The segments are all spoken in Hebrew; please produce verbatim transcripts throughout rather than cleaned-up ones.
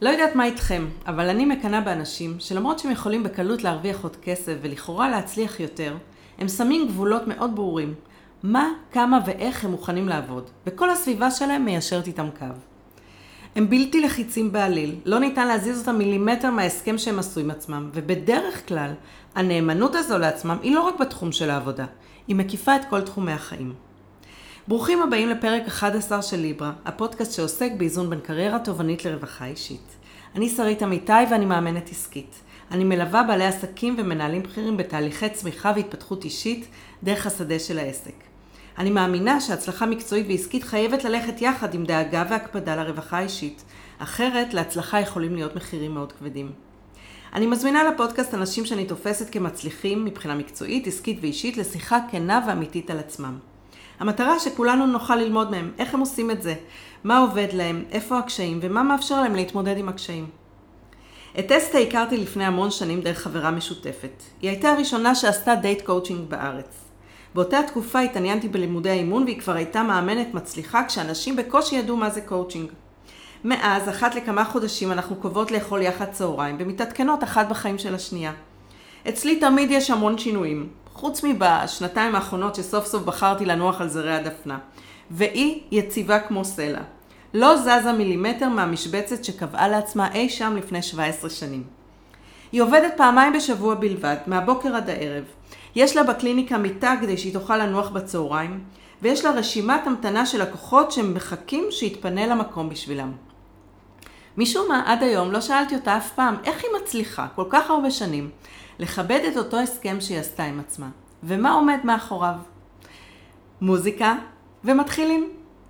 לא יודעת מה איתכם, אבל אני מקנה באנשים שלמרות שהם יכולים בקלות להרוויח עוד כסף ולכאורה להצליח יותר, הם שמים גבולות מאוד ברורים. מה, כמה ואיך הם מוכנים לעבוד, וכל הסביבה שלהם מיישרת איתם קו. הם בלתי לחיצים בעליל, לא ניתן להזיז אותם מילימטר מההסכם שהם עשו עם עצמם, ובדרך כלל הנאמנות הזו לעצמם היא לא רק בתחום של העבודה, היא מקיפה את כל תחומי החיים. ברוכים הבאים לפרק אחד עשר של ליברה, הפודקאסט שעוסק באיזון בין קריירה תובענית לרווחה אישית. אני שרית אמיתי ואני מאמנת עסקית. אני מלווה בעלי עסקים ומנהלים בכירים בתהליכי צמיחה והתפתחות אישית דרך השדה של העסק. אני מאמינה שהצלחה מקצועית ועסקית חייבת ללכת יחד עם דאגה והקפדה לרווחה האישית, אחרת להצלחה יכולים להיות מחירים מאוד כבדים. אני מזמינה לפודקאסט אנשים שאני תופסת כמצליחים מבחינה מקצועית, עסקית ואישית לשיחה כנה ואמיתית על עצמם. המטרה שכולנו נוכל ללמוד מהם, איך הם עושים את זה, מה עובד להם, איפה הקשיים ומה מאפשר להם להתמודד עם הקשיים. את אסתה הכרתי לפני המון שנים דרך חברה משותפת. היא הייתה הראשונה שעשתה דייט קואוצ'ינג בארץ. באותה תקופה התעניינתי בלימודי האימון והיא כבר הייתה מאמנת מצליחה כשאנשים בקושי ידעו מה זה קואוצ'ינג. מאז, אחת לכמה חודשים אנחנו קובעות לאכול יחד צהריים ומתעדכנות אחת בחיים של השנייה. אצלי תמיד יש המון שינויים, חוץ מבשנתיים האחרונות שסוף סוף בחרתי לנוח על זרי הדפנה. והיא יציבה כמו סלע. לא זזה מילימטר מהמשבצת שקבעה לעצמה אי שם לפני שבע עשרה שנים. היא עובדת פעמיים בשבוע בלבד, מהבוקר עד הערב. יש לה בקליניקה מיטה כדי שהיא תוכל לנוח בצהריים, ויש לה רשימת המתנה של לקוחות שמחכים שיתפנה למקום בשבילם. משום מה, עד היום לא שאלתי אותה אף פעם איך היא מצליחה כל כך הרבה שנים לכבד את אותו הסכם שהיא עשתה עם עצמה, ומה עומד מאחוריו. מוזיקה ומתחילים.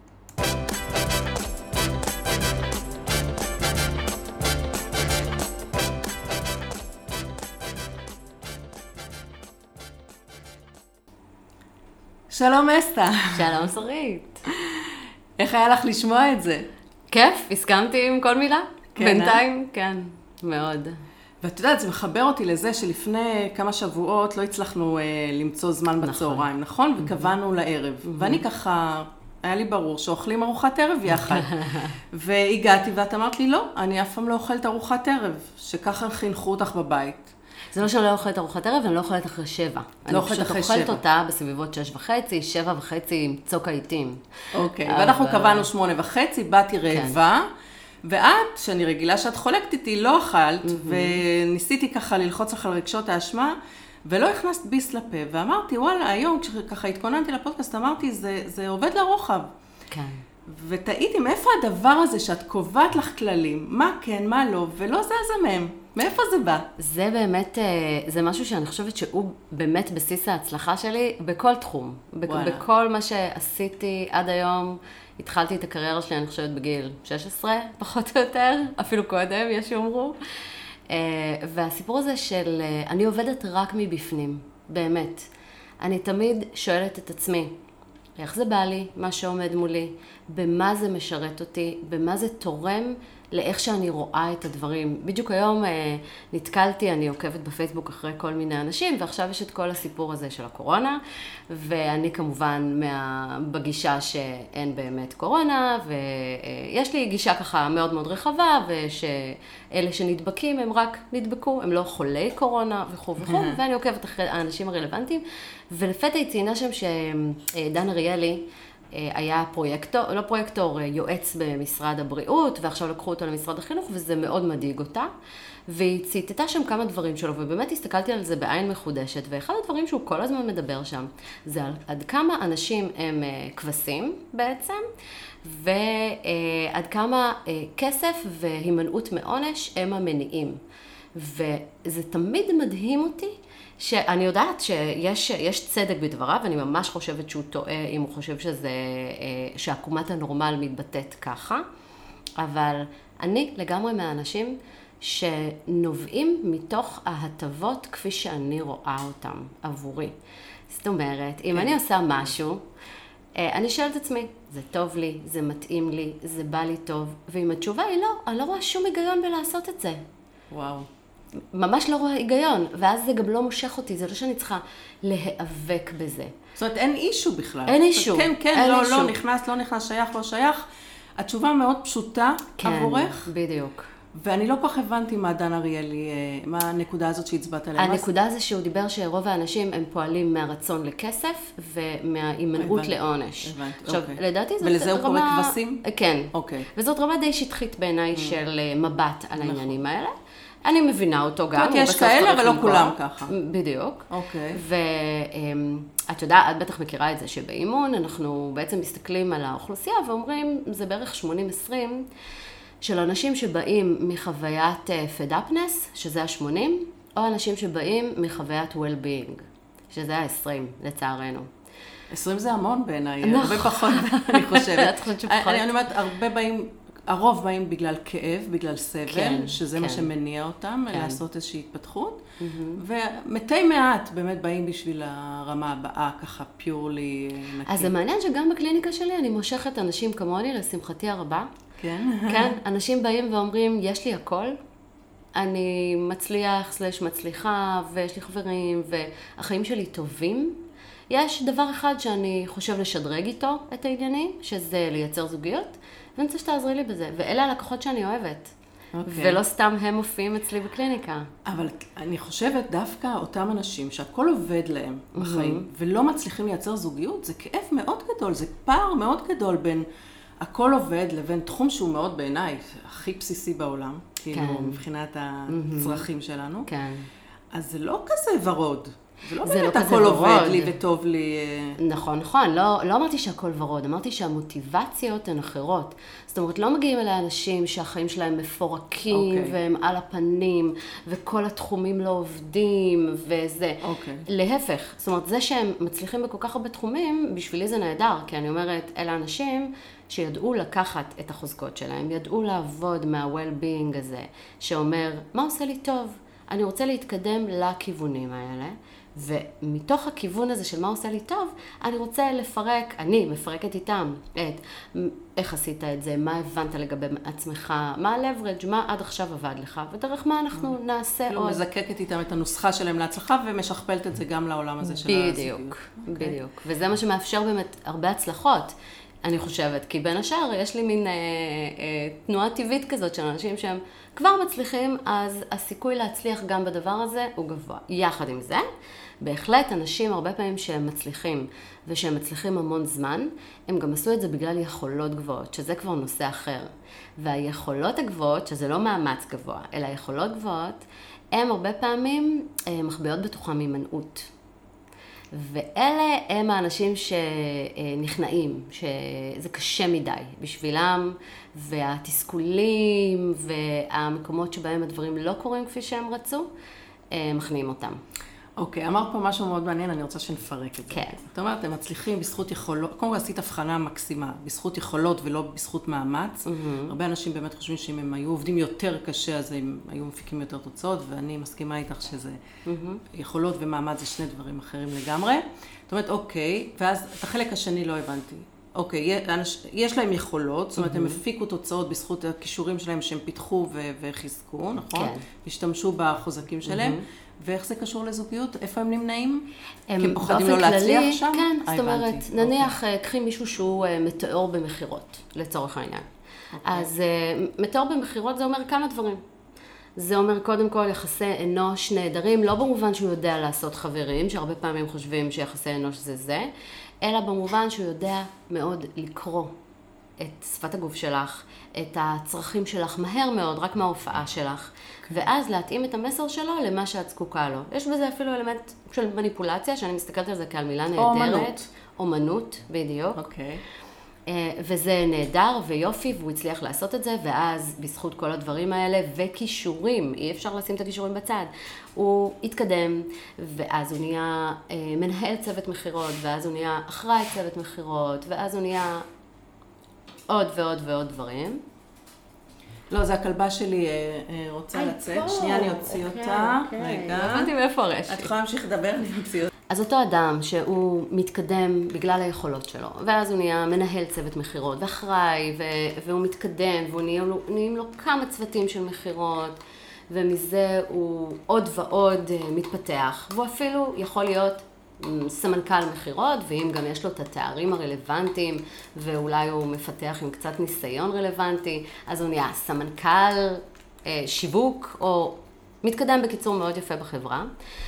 שלום אסתה. שלום שרית. איך היה לך לשמוע את זה? כיף, הסכמתי עם כל מילה. כן, בינתיים, אה? כן, מאוד. ואת יודעת, זה מחבר אותי לזה שלפני כמה שבועות לא הצלחנו אה, למצוא זמן נכון. בצהריים, נכון? Mm-hmm. וקבענו לערב. Mm-hmm. ואני ככה, היה לי ברור שאוכלים ארוחת ערב יחד. והגעתי ואת אמרת לי, לא, אני אף פעם לא אוכלת ארוחת ערב, שככה חינכו אותך בבית. זה לא שאני לא אוכלת ארוחת ערב, אני לא אוכלת אחרי שבע. לא אוכלת אחרי אני שבע. פשוט אוכלת אותה בסביבות שש וחצי, שבע וחצי עם צוק העיתים. אוקיי, אבל... ואנחנו קבענו שמונה וחצי, באתי רעבה, כן. ואת, שאני רגילה שאת חולקת איתי, לא אכלת, mm-hmm. וניסיתי ככה ללחוץ לך על רגשות האשמה, ולא הכנסת ביס לפה, ואמרתי, וואלה, היום כשככה התכוננתי לפודקאסט, אמרתי, זה, זה עובד לרוחב. כן. ותהיתי, מאיפה הדבר הזה שאת קובעת לך כללים, מה כן, מה לא, ולא זזה מהם? מאיפה זה בא? זה באמת, זה משהו שאני חושבת שהוא באמת בסיס ההצלחה שלי בכל תחום. וואלה. בכל מה שעשיתי עד היום, התחלתי את הקריירה שלי, אני חושבת בגיל שש עשרה, פחות או יותר, אפילו קודם, יש שאומרו. והסיפור הזה של, אני עובדת רק מבפנים, באמת. אני תמיד שואלת את עצמי, איך זה בא לי, מה שעומד מולי, במה זה משרת אותי, במה זה תורם לאיך שאני רואה את הדברים. בדיוק היום אה, נתקלתי, אני עוקבת בפייסבוק אחרי כל מיני אנשים, ועכשיו יש את כל הסיפור הזה של הקורונה, ואני כמובן מה, בגישה שאין באמת קורונה, ויש לי גישה ככה מאוד מאוד רחבה, ושאלה שנדבקים הם רק נדבקו, הם לא חולי קורונה וכו' וכו', ואני עוקבת אחרי האנשים הרלוונטיים, ולפתע היא ציינה שם שדן אריאלי, היה פרויקטור, לא פרויקטור, יועץ במשרד הבריאות, ועכשיו לקחו אותו למשרד החינוך, וזה מאוד מדאיג אותה. והיא ציטטה שם כמה דברים שלו, ובאמת הסתכלתי על זה בעין מחודשת, ואחד הדברים שהוא כל הזמן מדבר שם, זה על עד כמה אנשים הם כבשים בעצם, ועד כמה כסף והימנעות מעונש הם המניעים. וזה תמיד מדהים אותי, שאני יודעת שיש יש צדק בדבריו, ואני ממש חושבת שהוא טועה אם הוא חושב שזה, שעקומת הנורמל מתבטאת ככה, אבל אני לגמרי מהאנשים שנובעים מתוך ההטבות כפי שאני רואה אותם עבורי. זאת אומרת, אם אני עושה משהו, אני שואלת את עצמי, זה טוב לי, זה מתאים לי, זה בא לי טוב, ואם התשובה היא לא, אני לא רואה שום היגיון בלעשות את זה. וואו. ממש לא רואה היגיון, ואז זה גם לא מושך אותי, זה לא שאני צריכה להיאבק בזה. זאת אומרת, אין אישו בכלל. אין אישו. כן, כן, אין לא, אישו. לא נכנס, לא נכנס, שייך, לא שייך. התשובה מאוד פשוטה כן, עבורך. בדיוק. ואני לא כל כך הבנתי מה דן אריאלי, מה הנקודה הזאת שהצבעת עליה. הנקודה זה שהוא דיבר שרוב האנשים הם פועלים מהרצון לכסף ומההימנעות לעונש. הבנתי, עכשיו, אוקיי. לדעתי זאת רמה... ולזה הוא קורא כבשים? כן. אוקיי. וזאת רמה די שטחית בעיניי של מבט על העניינים האלה. אני מבינה אותו גם. זאת אומרת, יש כאלה, אבל לא כולם ככה. בדיוק. אוקיי. ואת יודעת, את בטח מכירה את זה שבאימון אנחנו בעצם מסתכלים על האוכלוסייה ואומרים, זה בערך שמונים עשרים של אנשים שבאים מחוויית פדאפנס, שזה ה-שמונים, או אנשים שבאים מחוויית well-being, שזה ה-עשרים, לצערנו. עשרים זה המון בעיניי, הרבה פחות, אני חושבת. אני אומרת, הרבה באים... הרוב באים בגלל כאב, בגלל סבל, כן, שזה כן. מה שמניע אותם, כן. לעשות איזושהי התפתחות, mm-hmm. ומתי מעט באמת באים בשביל הרמה הבאה, ככה פיורלי נקי. אז זה מעניין שגם בקליניקה שלי אני מושכת אנשים כמוני, לשמחתי הרבה. כן? כן, אנשים באים ואומרים, יש לי הכל, אני מצליח, סלש מצליחה, ויש לי חברים, והחיים שלי טובים. יש דבר אחד שאני חושב לשדרג איתו את העניינים, שזה לייצר זוגיות, ואני רוצה שתעזרי לי בזה, ואלה הלקוחות שאני אוהבת. Okay. ולא סתם הם מופיעים אצלי בקליניקה. אבל אני חושבת דווקא אותם אנשים שהכל עובד להם בחיים, mm-hmm. ולא מצליחים לייצר זוגיות, זה כאב מאוד גדול, זה פער מאוד גדול בין הכל עובד לבין תחום שהוא מאוד בעיניי, הכי בסיסי בעולם, כאילו כן. מבחינת הצרכים mm-hmm. שלנו. כן. אז זה לא כזה ורוד. זה לא זה באמת לא הכל עובד לי וטוב לי. נכון, נכון. לא, לא אמרתי שהכל ורוד, אמרתי שהמוטיבציות הן אחרות. זאת אומרת, לא מגיעים אלי אנשים שהחיים שלהם מפורקים, okay. והם על הפנים, וכל התחומים לא עובדים, וזה. Okay. להפך. זאת אומרת, זה שהם מצליחים בכל כך הרבה תחומים, בשבילי זה נהדר, כי אני אומרת, אלה אנשים שידעו לקחת את החוזקות שלהם, ידעו לעבוד מה-well-being הזה, שאומר, מה עושה לי טוב? אני רוצה להתקדם לכיוונים האלה, ומתוך הכיוון הזה של מה עושה לי טוב, אני רוצה לפרק, אני מפרקת איתם את איך עשית את זה, מה הבנת לגבי עצמך, מה ה-leverage, מה עד עכשיו עבד לך, ודרך מה אנחנו נעשה עוד. כאילו מזקקת איתם את הנוסחה שלהם להצלחה, ומשכפלת את זה גם לעולם הזה של הזוגיות. בדיוק, בדיוק. וזה מה שמאפשר באמת הרבה הצלחות. אני חושבת, כי בין השאר יש לי מין אה, אה, תנועה טבעית כזאת של אנשים שהם כבר מצליחים, אז הסיכוי להצליח גם בדבר הזה הוא גבוה. יחד עם זה, בהחלט אנשים הרבה פעמים שהם מצליחים, ושהם מצליחים המון זמן, הם גם עשו את זה בגלל יכולות גבוהות, שזה כבר נושא אחר. והיכולות הגבוהות, שזה לא מאמץ גבוה, אלא יכולות גבוהות, הם הרבה פעמים אה, מחביאות בתוכם הימנעות. ואלה הם האנשים שנכנעים, שזה קשה מדי בשבילם, והתסכולים והמקומות שבהם הדברים לא קורים כפי שהם רצו, מכניעים אותם. אוקיי, אמרת פה משהו מאוד מעניין, אני רוצה שנפרק את זה. כן. זאת אומרת, הם מצליחים בזכות יכולות, קודם כל עשית הבחנה מקסימה, בזכות יכולות ולא בזכות מאמץ. Mm-hmm. הרבה אנשים באמת חושבים שאם הם היו עובדים יותר קשה, אז הם היו מפיקים יותר תוצאות, ואני מסכימה איתך שזה mm-hmm. יכולות ומאמץ זה שני דברים אחרים לגמרי. זאת אומרת, אוקיי, ואז את החלק השני לא הבנתי. אוקיי, יש להם יכולות, זאת אומרת, הם הפיקו תוצאות בזכות הכישורים שלהם שהם פיתחו וחיזקו, נכון? כן. השתמשו בחוזקים שלהם. ואיך זה קשור לזוגיות? איפה הם נמנעים? הם כי הם פוחדים לא להצליח שם? כן, זאת אומרת, נניח, קחי מישהו שהוא מטאור במחירות, לצורך העניין. אז מטאור במחירות זה אומר כמה דברים. זה אומר קודם כל יחסי אנוש נהדרים, לא במובן שהוא יודע לעשות חברים, שהרבה פעמים חושבים שיחסי אנוש זה זה, אלא במובן שהוא יודע מאוד לקרוא את שפת הגוף שלך, את הצרכים שלך מהר מאוד, רק מההופעה שלך, okay. ואז להתאים את המסר שלו למה שאת זקוקה לו. יש בזה אפילו אלמנט של מניפולציה, שאני מסתכלת על זה כעל מילה נהדרת. אומנות. אומנות, בדיוק. אוקיי. Okay. וזה נהדר ויופי, והוא הצליח לעשות את זה, ואז בזכות כל הדברים האלה וכישורים, אי אפשר לשים את הכישורים בצד, הוא התקדם, ואז הוא נהיה מנהל צוות מחירות, ואז הוא נהיה אחראי צוות מחירות, ואז הוא נהיה עוד ועוד ועוד דברים. לא, זה הכלבה שלי רוצה לצאת. שנייה, אני אוציא אותה. רגע. לא הבנתי מאיפה הרשת. את יכולה להמשיך לדבר, אני אוציא אותה. אז אותו אדם שהוא מתקדם בגלל היכולות שלו, ואז הוא נהיה מנהל צוות מחירות, ואחראי, והוא מתקדם, והוא נהיים לו כמה צוותים של מחירות, ומזה הוא עוד ועוד מתפתח, והוא אפילו יכול להיות סמנכ"ל מחירות, ואם גם יש לו את התארים הרלוונטיים, ואולי הוא מפתח עם קצת ניסיון רלוונטי, אז הוא נהיה סמנכ"ל שיווק, או מתקדם בקיצור מאוד יפה בחברה.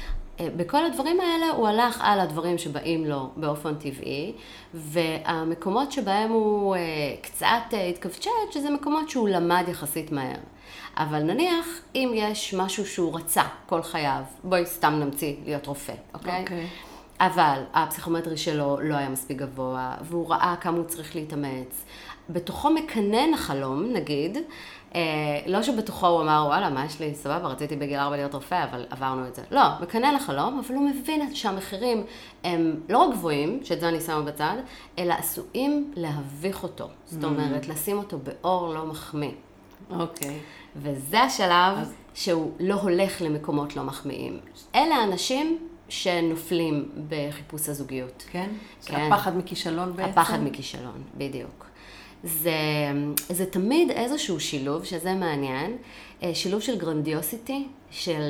בכל הדברים האלה הוא הלך על הדברים שבאים לו באופן טבעי, והמקומות שבהם הוא קצת התכווצ'ט, שזה מקומות שהוא למד יחסית מהר. אבל נניח, אם יש משהו שהוא רצה כל חייו, בואי סתם נמציא להיות רופא, אוקיי? אוקיי. אבל הפסיכומטרי שלו לא היה מספיק גבוה, והוא ראה כמה הוא צריך להתאמץ. בתוכו מקנן החלום, נגיד, אה, לא שבתוכו הוא אמר, וואלה, מה יש לי? סבבה, רציתי בגיל ארבע להיות רופא, אבל עברנו את זה. לא, מקנן החלום, אבל הוא מבין שהמחירים הם לא רק גבוהים, שאת זה אני שמה בצד, אלא עשויים להביך אותו. זאת אומרת, לשים אותו באור לא מחמיא. אוקיי. וזה השלב אז... שהוא לא הולך למקומות לא מחמיאים. אלה האנשים שנופלים בחיפוש הזוגיות. כן? כן. הפחד מכישלון בעצם? הפחד מכישלון, בדיוק. זה, זה תמיד איזשהו שילוב, שזה מעניין, שילוב של גרנדיוסיטי, של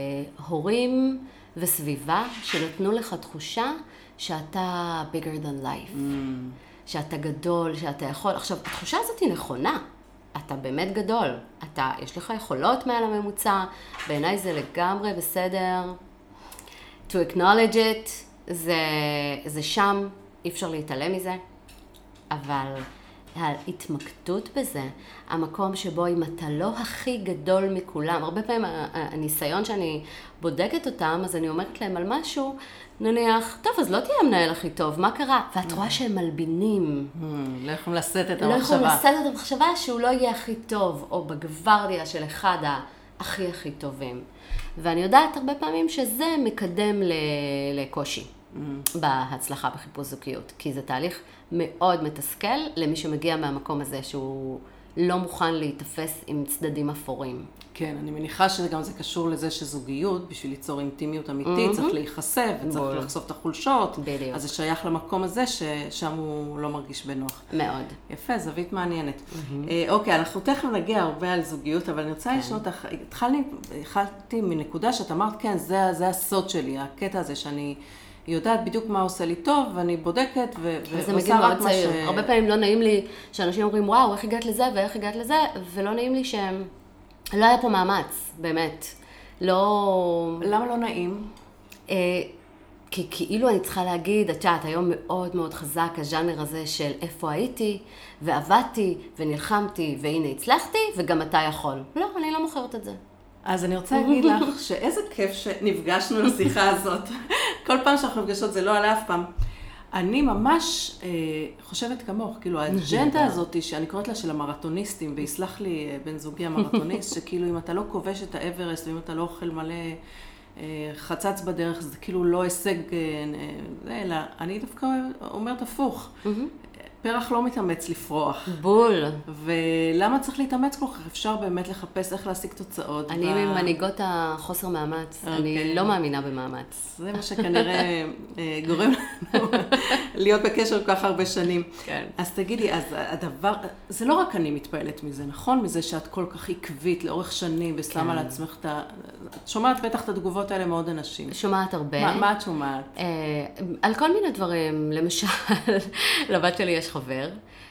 הורים וסביבה, שנתנו לך תחושה שאתה bigger than life, mm. שאתה גדול, שאתה יכול. עכשיו, התחושה הזאת היא נכונה. אתה באמת גדול. אתה, יש לך יכולות מעל הממוצע, בעיניי זה לגמרי בסדר. To acknowledge it, זה, זה שם, אי אפשר להתעלם מזה, אבל ההתמקדות בזה, המקום שבו אם אתה לא הכי גדול מכולם, הרבה פעמים הניסיון שאני בודקת אותם, אז אני אומרת להם על משהו, נניח, טוב, אז לא תהיה המנהל הכי טוב, מה קרה? ואת רואה שהם מלבינים. לא יכולים לשאת את המחשבה. לא יכולים לשאת את המחשבה שהוא לא יהיה הכי טוב, או בגוורדיה של אחד הכי הכי טובים. ואני יודעת הרבה פעמים שזה מקדם לקושי בהצלחה בחיפוש זוגיות, כי זה תהליך מאוד מתסכל למי שמגיע מהמקום הזה שהוא לא מוכן להתאפס עם צדדים אפורים. כן, אני מניחה שגם זה קשור לזה שזוגיות, בשביל ליצור אינטימיות אמיתית, צריך להיחסף וצריך לחשוף את החולשות. בדיוק. אז זה שייך למקום הזה ששם הוא לא מרגיש בנוח. מאוד. יפה, זווית מעניינת. אוקיי, אנחנו תכף נגיע הרבה על זוגיות, אבל אני רוצה לשאול אותך, התחלתי מנקודה שאת אמרת, כן, זה הסוד שלי, הקטע הזה שאני יודעת בדיוק מה עושה לי טוב, ואני בודקת ועושה רק מה ש... הרבה פעמים לא נעים לי שאנשים אומרים, וואו, איך הגעת לזה ואיך הגעת לזה, ולא נעים לי שהם... לא היה פה מאמץ, באמת. לא... למה לא נעים? אה, כי כאילו אני צריכה להגיד, את יודעת, היום מאוד מאוד חזק הז'אנר הזה של איפה הייתי, ועבדתי, ונלחמתי, והנה הצלחתי, וגם אתה יכול. לא, אני לא מוכרת את זה. אז אני רוצה להגיד לך שאיזה כיף שנפגשנו לשיחה הזאת. כל פעם שאנחנו נפגשות זה לא עלה אף פעם. אני ממש אה, חושבת כמוך, כאילו האג'נדה הזאת שאני קוראת לה של המרתוניסטים, ויסלח לי אה, בן זוגי המרתוניסט, שכאילו אם אתה לא כובש את האברסט, ואם אתה לא אוכל מלא אה, חצץ בדרך, זה כאילו לא הישג, אה, אלא אני דווקא אומרת הפוך. פרח לא מתאמץ לפרוח. בול. ולמה צריך להתאמץ כל כך? אפשר באמת לחפש איך להשיג תוצאות. אני ב... ממנהיגות החוסר מאמץ. Okay. אני לא מאמינה במאמץ. זה מה שכנראה גורם לנו להיות בקשר כל כך הרבה שנים. כן. אז תגידי, אז הדבר, זה לא רק אני מתפעלת מזה, נכון? מזה שאת כל כך עקבית לאורך שנים ושמה כן. לעצמך את ה... את שומעת בטח את התגובות האלה מאוד אנשים. שומעת הרבה. מה, מה את שומעת? אה, על כל מיני דברים. למשל, לבת שלי יש חבר,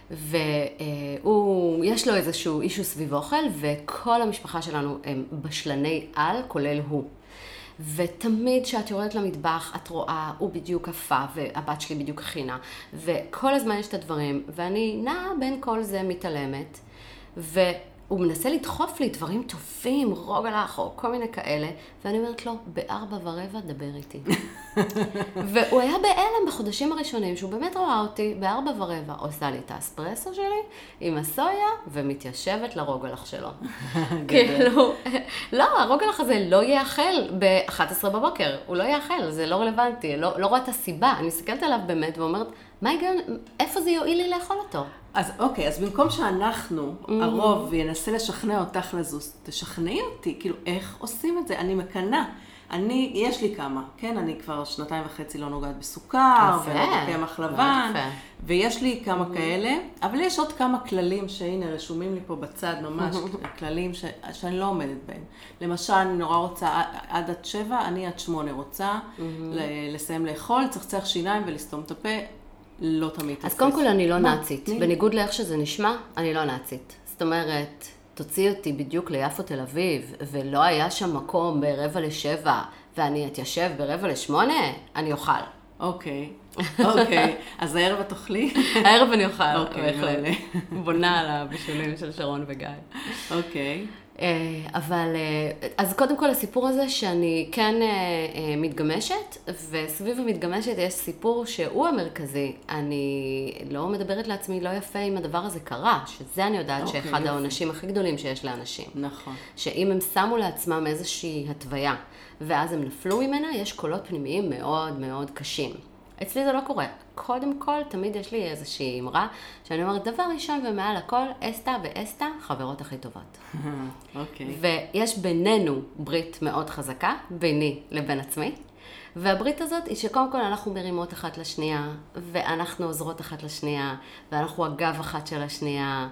והוא, יש לו איזשהו אישו סביב אוכל, וכל המשפחה שלנו הם בשלני על, כולל הוא. ותמיד כשאת יורדת למטבח, את רואה, הוא בדיוק עפה, והבת שלי בדיוק הכינה, וכל הזמן יש את הדברים, ואני נעה בין כל זה מתעלמת, והוא מנסה לדחוף לי דברים טובים, רוגלח או כל מיני כאלה, ואני אומרת לו, בארבע ורבע דבר איתי. והוא היה בהלם בחודשים הראשונים, שהוא באמת רואה אותי, בארבע ורבע עושה לי את האספרסו שלי, עם הסויה, ומתיישבת לרוגלח שלו. כאילו, לא, הרוגלח הזה לא יאכל ב-אחת עשרה בבוקר, הוא לא יאכל, זה לא רלוונטי, לא, לא רואה את הסיבה. אני מסתכלת עליו באמת ואומרת, מה היגיון, איפה זה יועיל לי לאכול אותו? אז אוקיי, אז במקום שאנחנו, הרוב, ינסה לשכנע אותך לזוז, תשכנעי אותי, כאילו, איך עושים את זה? אני מקנה. אני, יש לי כמה, כן? אני כבר שנתיים וחצי לא נוגעת בסוכר, ולא בקמח לבן, ויש לי כמה כאלה, אבל יש עוד כמה כללים שהנה רשומים לי פה בצד ממש, כללים ש, שאני לא עומדת בהם. למשל, אני נורא רוצה עד עד שבע, אני עד שמונה רוצה לסיים לאכול, צחצח שיניים ולסתום את הפה, לא תמיד תפס. אז קודם כל אני לא נאצית. בניגוד לאיך שזה נשמע, אני לא נאצית. זאת אומרת, תוציא אותי בדיוק ליפו תל אביב, ולא היה שם מקום ברבע לשבע, ואני אתיישב ברבע לשמונה, אני אוכל. אוקיי, אוקיי. אז הערב את תאכלי? הערב אני אוכל, אוקיי, מעולה. בונה על הבישולים של שרון וגיא. אוקיי. אבל, אז קודם כל הסיפור הזה שאני כן מתגמשת, וסביב המתגמשת יש סיפור שהוא המרכזי. אני לא מדברת לעצמי לא יפה אם הדבר הזה קרה, שזה אני יודעת אוקיי, שאחד יופי. העונשים הכי גדולים שיש לאנשים. נכון. שאם הם שמו לעצמם איזושהי התוויה, ואז הם נפלו ממנה, יש קולות פנימיים מאוד מאוד קשים. אצלי זה לא קורה. קודם כל, תמיד יש לי איזושהי אמרה, שאני אומרת, דבר ראשון ומעל הכל, אסתה ואסתה, חברות הכי טובות. אוקיי. ויש בינינו ברית מאוד חזקה, ביני לבין עצמי, והברית הזאת היא שקודם כל אנחנו מרימות אחת לשנייה, ואנחנו עוזרות אחת לשנייה, ואנחנו הגב אחת של השנייה,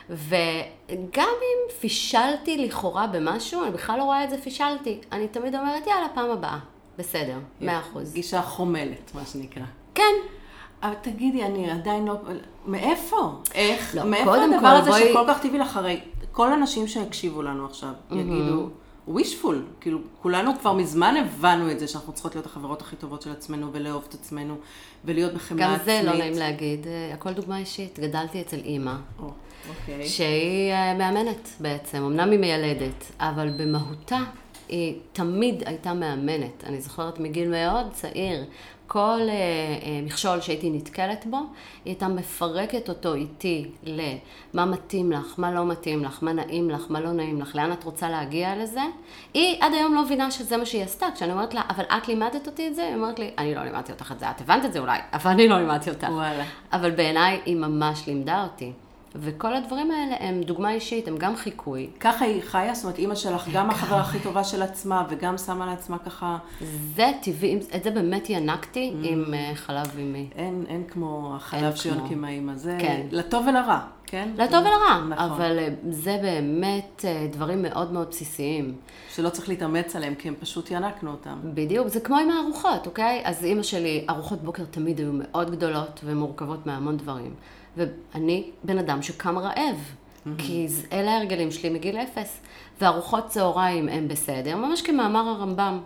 וגם אם פישלתי לכאורה במשהו, אני בכלל לא רואה את זה פישלתי. אני תמיד אומרת, יאללה, פעם הבאה. בסדר, מאה אחוז. גישה חומלת, מה שנקרא. כן. אבל תגידי, אני עדיין לא... מאיפה? איך? לא, מאיפה קודם הדבר כל, הזה בואי- שכל כך טבעי לך? הרי כל האנשים שהקשיבו לנו עכשיו יגידו, wishful, כאילו, כולנו כבר מזמן הבנו את זה שאנחנו צריכות להיות החברות הכי טובות של עצמנו ולאהוב את עצמנו ולהיות בחמלה גם עצמית. זה לא נעים להגיד, אה, הכל דוגמה אישית. גדלתי אצל אימא, או, אוקיי. שהיא אה, מאמנת בעצם, אמנם היא מיילדת, אבל במהותה היא תמיד הייתה מאמנת. אני זוכרת מגיל מאוד צעיר, כל אה, אה, מכשול שהייתי נתקלת בו, היא הייתה מפרקת אותו איתי למה מתאים לך, מה לא מתאים לך, מה נעים לך, מה לא נעים לך, לאן את רוצה להגיע לזה. היא עד היום לא מבינה שזה מה שהיא עשתה. כשאני אומרת לה, אבל את לימדת אותי את זה? היא אומרת לי, אני לא לימדתי אותך את זה, את הבנת את זה אולי, אבל אני לא לימדתי אותך. וואלה. אבל בעיניי היא ממש לימדה אותי. וכל הדברים האלה הם דוגמה אישית, הם גם חיקוי. ככה היא חיה? זאת אומרת, אימא שלך גם החברה הכי טובה של עצמה, וגם שמה לעצמה ככה... זה טבעי, את זה באמת ינקתי עם אה, חלב אמי. אין, אין כמו החלב אין שיונק כמו. עם האמא, זה כן. לטוב ולרע, כן? לטוב ולרע, נכון. אבל אה, זה באמת אה, דברים מאוד מאוד בסיסיים. שלא צריך להתאמץ עליהם, כי הם פשוט ינקנו אותם. בדיוק, זה כמו עם הארוחות, אוקיי? אז אמא שלי, ארוחות בוקר תמיד היו מאוד גדולות ומורכבות מהמון דברים. ואני בן אדם שקם רעב, כי זה- אלה ההרגלים שלי מגיל אפס. וארוחות צהריים הם בסדר, ממש כמאמר הרמב"ם.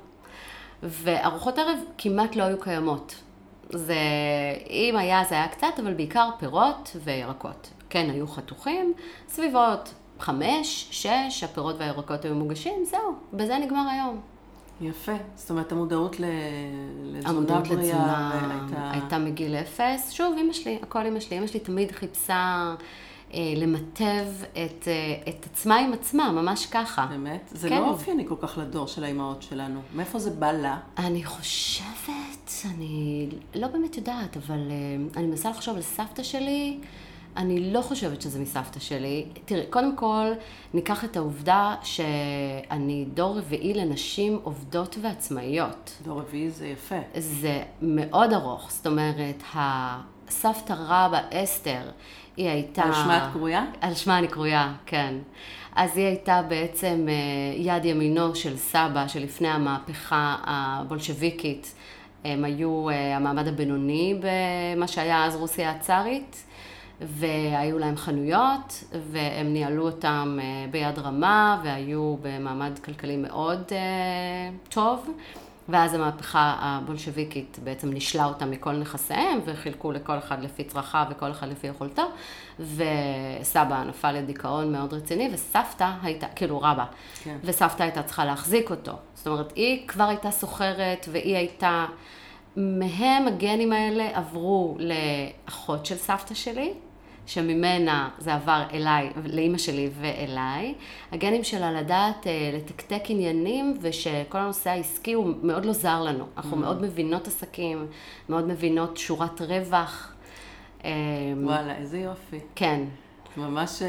וארוחות ערב כמעט לא היו קיימות. זה, אם היה, זה היה קצת, אבל בעיקר פירות וירקות. כן, היו חתוכים, סביבות חמש, שש, הפירות והירקות היו מוגשים, זהו, בזה נגמר היום. יפה. זאת אומרת, המודעות ל... לתזונה המודעות בריאה לתזונה והייתה- הייתה מגיל אפס. שוב, אמא שלי, הכל אמא שלי. אמא שלי תמיד חיפשה אה, למטב את, אה, את עצמה עם עצמה, ממש ככה. באמת? זה כן. לא אופייני כל כך לדור של האימהות שלנו. מאיפה זה בא לה? אני חושבת, אני לא באמת יודעת, אבל אה, אני מנסה לחשוב על סבתא שלי, אני לא חושבת שזה מסבתא שלי. תראי, קודם כל, ניקח את העובדה שאני דור רביעי לנשים עובדות ועצמאיות. דור רביעי זה יפה. זה מאוד ארוך, זאת אומרת, הסבתא רבא אסתר, היא הייתה... על שמה את קרויה? על שמה אני קרויה, כן. אז היא הייתה בעצם אה, יד ימינו של סבא, שלפני המהפכה הבולשביקית, הם היו אה, המעמד הבינוני במה שהיה אז רוסיה הצארית, והיו להם חנויות, והם ניהלו אותם אה, ביד רמה, והיו במעמד כלכלי מאוד אה, טוב. ואז המהפכה הבולשביקית בעצם נשלה אותם מכל נכסיהם, וחילקו לכל אחד לפי צרכיו וכל אחד לפי יכולתו, וסבא נפל לדיכאון מאוד רציני, וסבתא הייתה, כאילו רבא, כן. וסבתא הייתה צריכה להחזיק אותו. זאת אומרת, היא כבר הייתה סוחרת, והיא הייתה, מהם הגנים האלה עברו לאחות של סבתא שלי, שממנה זה עבר אליי, לאמא שלי ואליי. הגנים שלה לדעת אה, לתקתק עניינים, ושכל הנושא העסקי הוא מאוד לא זר לנו. אנחנו מאוד מבינות עסקים, מאוד מבינות שורת רווח. אה, וואלה, איזה יופי. כן. ממש... אה,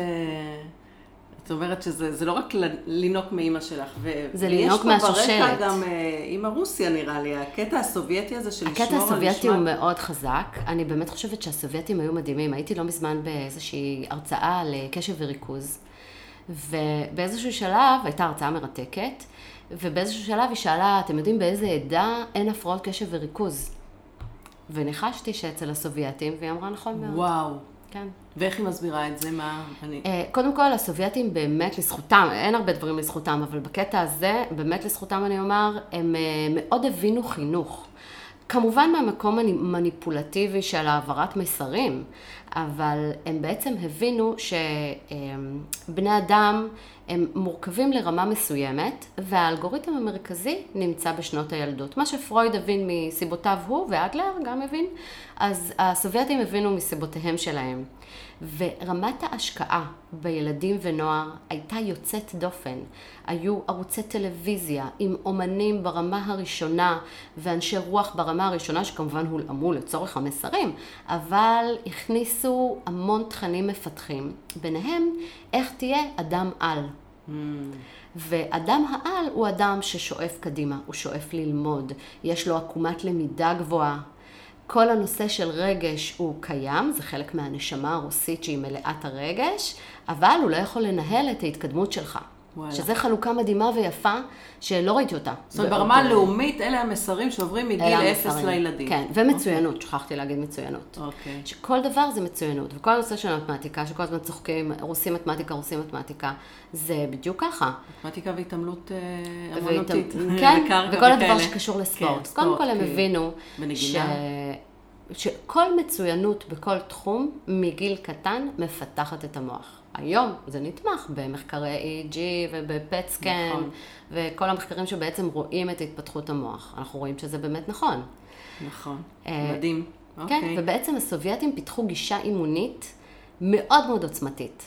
את אומרת שזה זה לא רק ל- לינוק מאמא שלך. ו- זה ויש לינוק פה מהשושלת. ברקע גם אה, אמא רוסיה נראה לי, הקטע הסובייטי הזה של לשמור על הקטע נשמת. הסובייטי הוא מאוד חזק. אני באמת חושבת שהסובייטים היו מדהימים. הייתי לא מזמן באיזושהי הרצאה על קשב וריכוז, ובאיזשהו שלב הייתה הרצאה מרתקת, ובאיזשהו שלב היא שאלה, אתם יודעים באיזה עדה אין הפרעות קשב וריכוז? וניחשתי שאצל הסובייטים, והיא אמרה נכון מאוד. וואו. כן. ואיך היא מסבירה את זה? מה אני... קודם כל, הסובייטים באמת לזכותם, אין הרבה דברים לזכותם, אבל בקטע הזה, באמת לזכותם אני אומר, הם מאוד הבינו חינוך. כמובן מהמקום המניפולטיבי של העברת מסרים, אבל הם בעצם הבינו שבני אדם הם מורכבים לרמה מסוימת, והאלגוריתם המרכזי נמצא בשנות הילדות. מה שפרויד הבין מסיבותיו הוא, ואדלר גם הבין, אז הסובייטים הבינו מסיבותיהם שלהם. ורמת ההשקעה בילדים ונוער הייתה יוצאת דופן. היו ערוצי טלוויזיה עם אומנים ברמה הראשונה ואנשי רוח ברמה הראשונה שכמובן הולאמו לצורך המסרים, אבל הכניסו המון תכנים מפתחים. ביניהם, איך תהיה אדם על. Mm. ואדם העל הוא אדם ששואף קדימה, הוא שואף ללמוד, יש לו עקומת למידה גבוהה. כל הנושא של רגש הוא קיים, זה חלק מהנשמה הרוסית שהיא מלאת הרגש, אבל הוא לא יכול לנהל את ההתקדמות שלך. וואלה. שזה חלוקה מדהימה ויפה שלא ראיתי אותה. זאת אומרת, ברמה הלאומית, אלה המסרים שעוברים מגיל אפס לילדים. כן, ומצוינות, okay. שכחתי להגיד מצוינות. אוקיי. Okay. שכל דבר זה מצוינות, וכל הנושא של המתמטיקה, שכל הזמן צוחקים, רוסים מתמטיקה, רוסים מתמטיקה, זה בדיוק ככה. מתמטיקה והתעמלות אמנותית. כן, וכל הדבר שקשור לספורט. כן, קודם כל הם הבינו ש... שכל מצוינות בכל תחום מגיל קטן מפתחת את המוח. היום זה נתמך במחקרי אי אי ג'י ובפט-סקן, נכון. וכל המחקרים שבעצם רואים את התפתחות המוח. אנחנו רואים שזה באמת נכון. נכון, מדהים. כן, okay. ובעצם הסובייטים פיתחו גישה אימונית מאוד מאוד עוצמתית.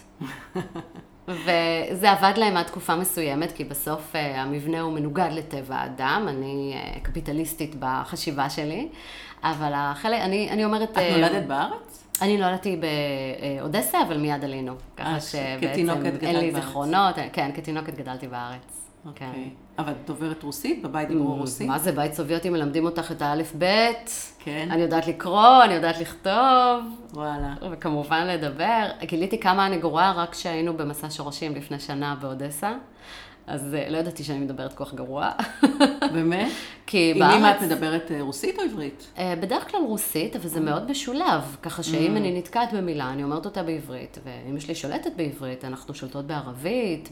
וזה עבד להם עד תקופה מסוימת, כי בסוף המבנה הוא מנוגד לטבע האדם, אני קפיטליסטית בחשיבה שלי, אבל החלק, אני, אני אומרת... את נולדת בארץ? אני נולדתי באודסה, אבל מיד עלינו. ככה שבעצם אין לי זיכרונות. כן, כתינוקת גדלתי בארץ. אוקיי. אבל את דוברת רוסית? בבית דיברו רוסית? מה זה? בית סובייטי מלמדים אותך את האלף-בית. כן. אני יודעת לקרוא, אני יודעת לכתוב. וואלה. וכמובן לדבר. גיליתי כמה אני גרועה רק כשהיינו במסע שורשים לפני שנה באודסה. אז לא ידעתי שאני מדברת כוח גרוע. באמת? כי בארץ... עם מי את מדברת רוסית או עברית? בדרך כלל רוסית, אבל זה מאוד משולב. ככה שאם אני נתקעת במילה, אני אומרת אותה בעברית. ואמא שלי שולטת בעברית, אנחנו שולטות בערבית,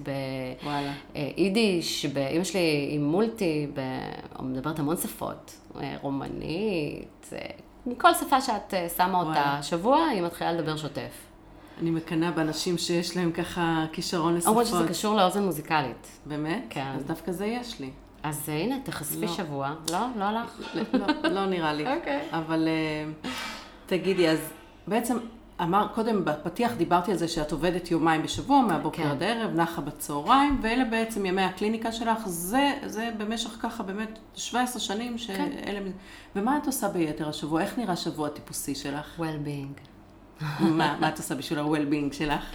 ביידיש, אמא שלי עם מולטי, מדברת המון שפות. רומנית, מכל שפה שאת שמה אותה שבוע, היא מתחילה לדבר שוטף. אני מקנה באנשים שיש להם ככה כישרון לשפות. אומרת שזה קשור לאוזן מוזיקלית. באמת? כן. אז דווקא זה יש לי. אז הנה, תחשפי שבוע. לא? לא הלך? לא, לא נראה לי. אוקיי. אבל תגידי, אז בעצם אמר, קודם בפתיח דיברתי על זה שאת עובדת יומיים בשבוע, מהבוקר עד הערב, נחה בצהריים, ואלה בעצם ימי הקליניקה שלך, זה, זה במשך ככה באמת שבע עשרה שנים שאלה... ומה את עושה ביתר השבוע? איך נראה שבוע טיפוסי שלך? well-being. מה, מה את עושה בשביל ה-well-being שלך?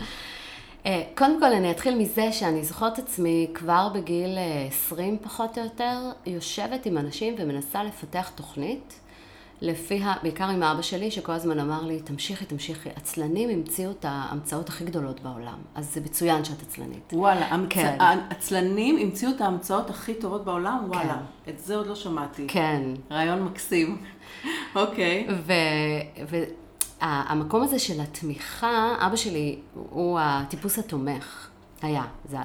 קודם כל, אני אתחיל מזה שאני זוכרת עצמי כבר בגיל עשרים פחות או יותר, יושבת עם אנשים ומנסה לפתח תוכנית, לפיה, בעיקר עם אבא שלי, שכל הזמן אמר לי, תמשיכי, תמשיכי, עצלנים המציאו את ההמצאות הכי גדולות בעולם, אז זה מצוין שאת עצלנית. וואלה, כן. העצלנים המציאו את ההמצאות הכי טובות בעולם? כן. וואלה, את זה עוד לא שמעתי. כן. רעיון מקסים. אוקיי. ו... ו... המקום הזה של התמיכה, אבא שלי הוא הטיפוס התומך, היה, ז"ל.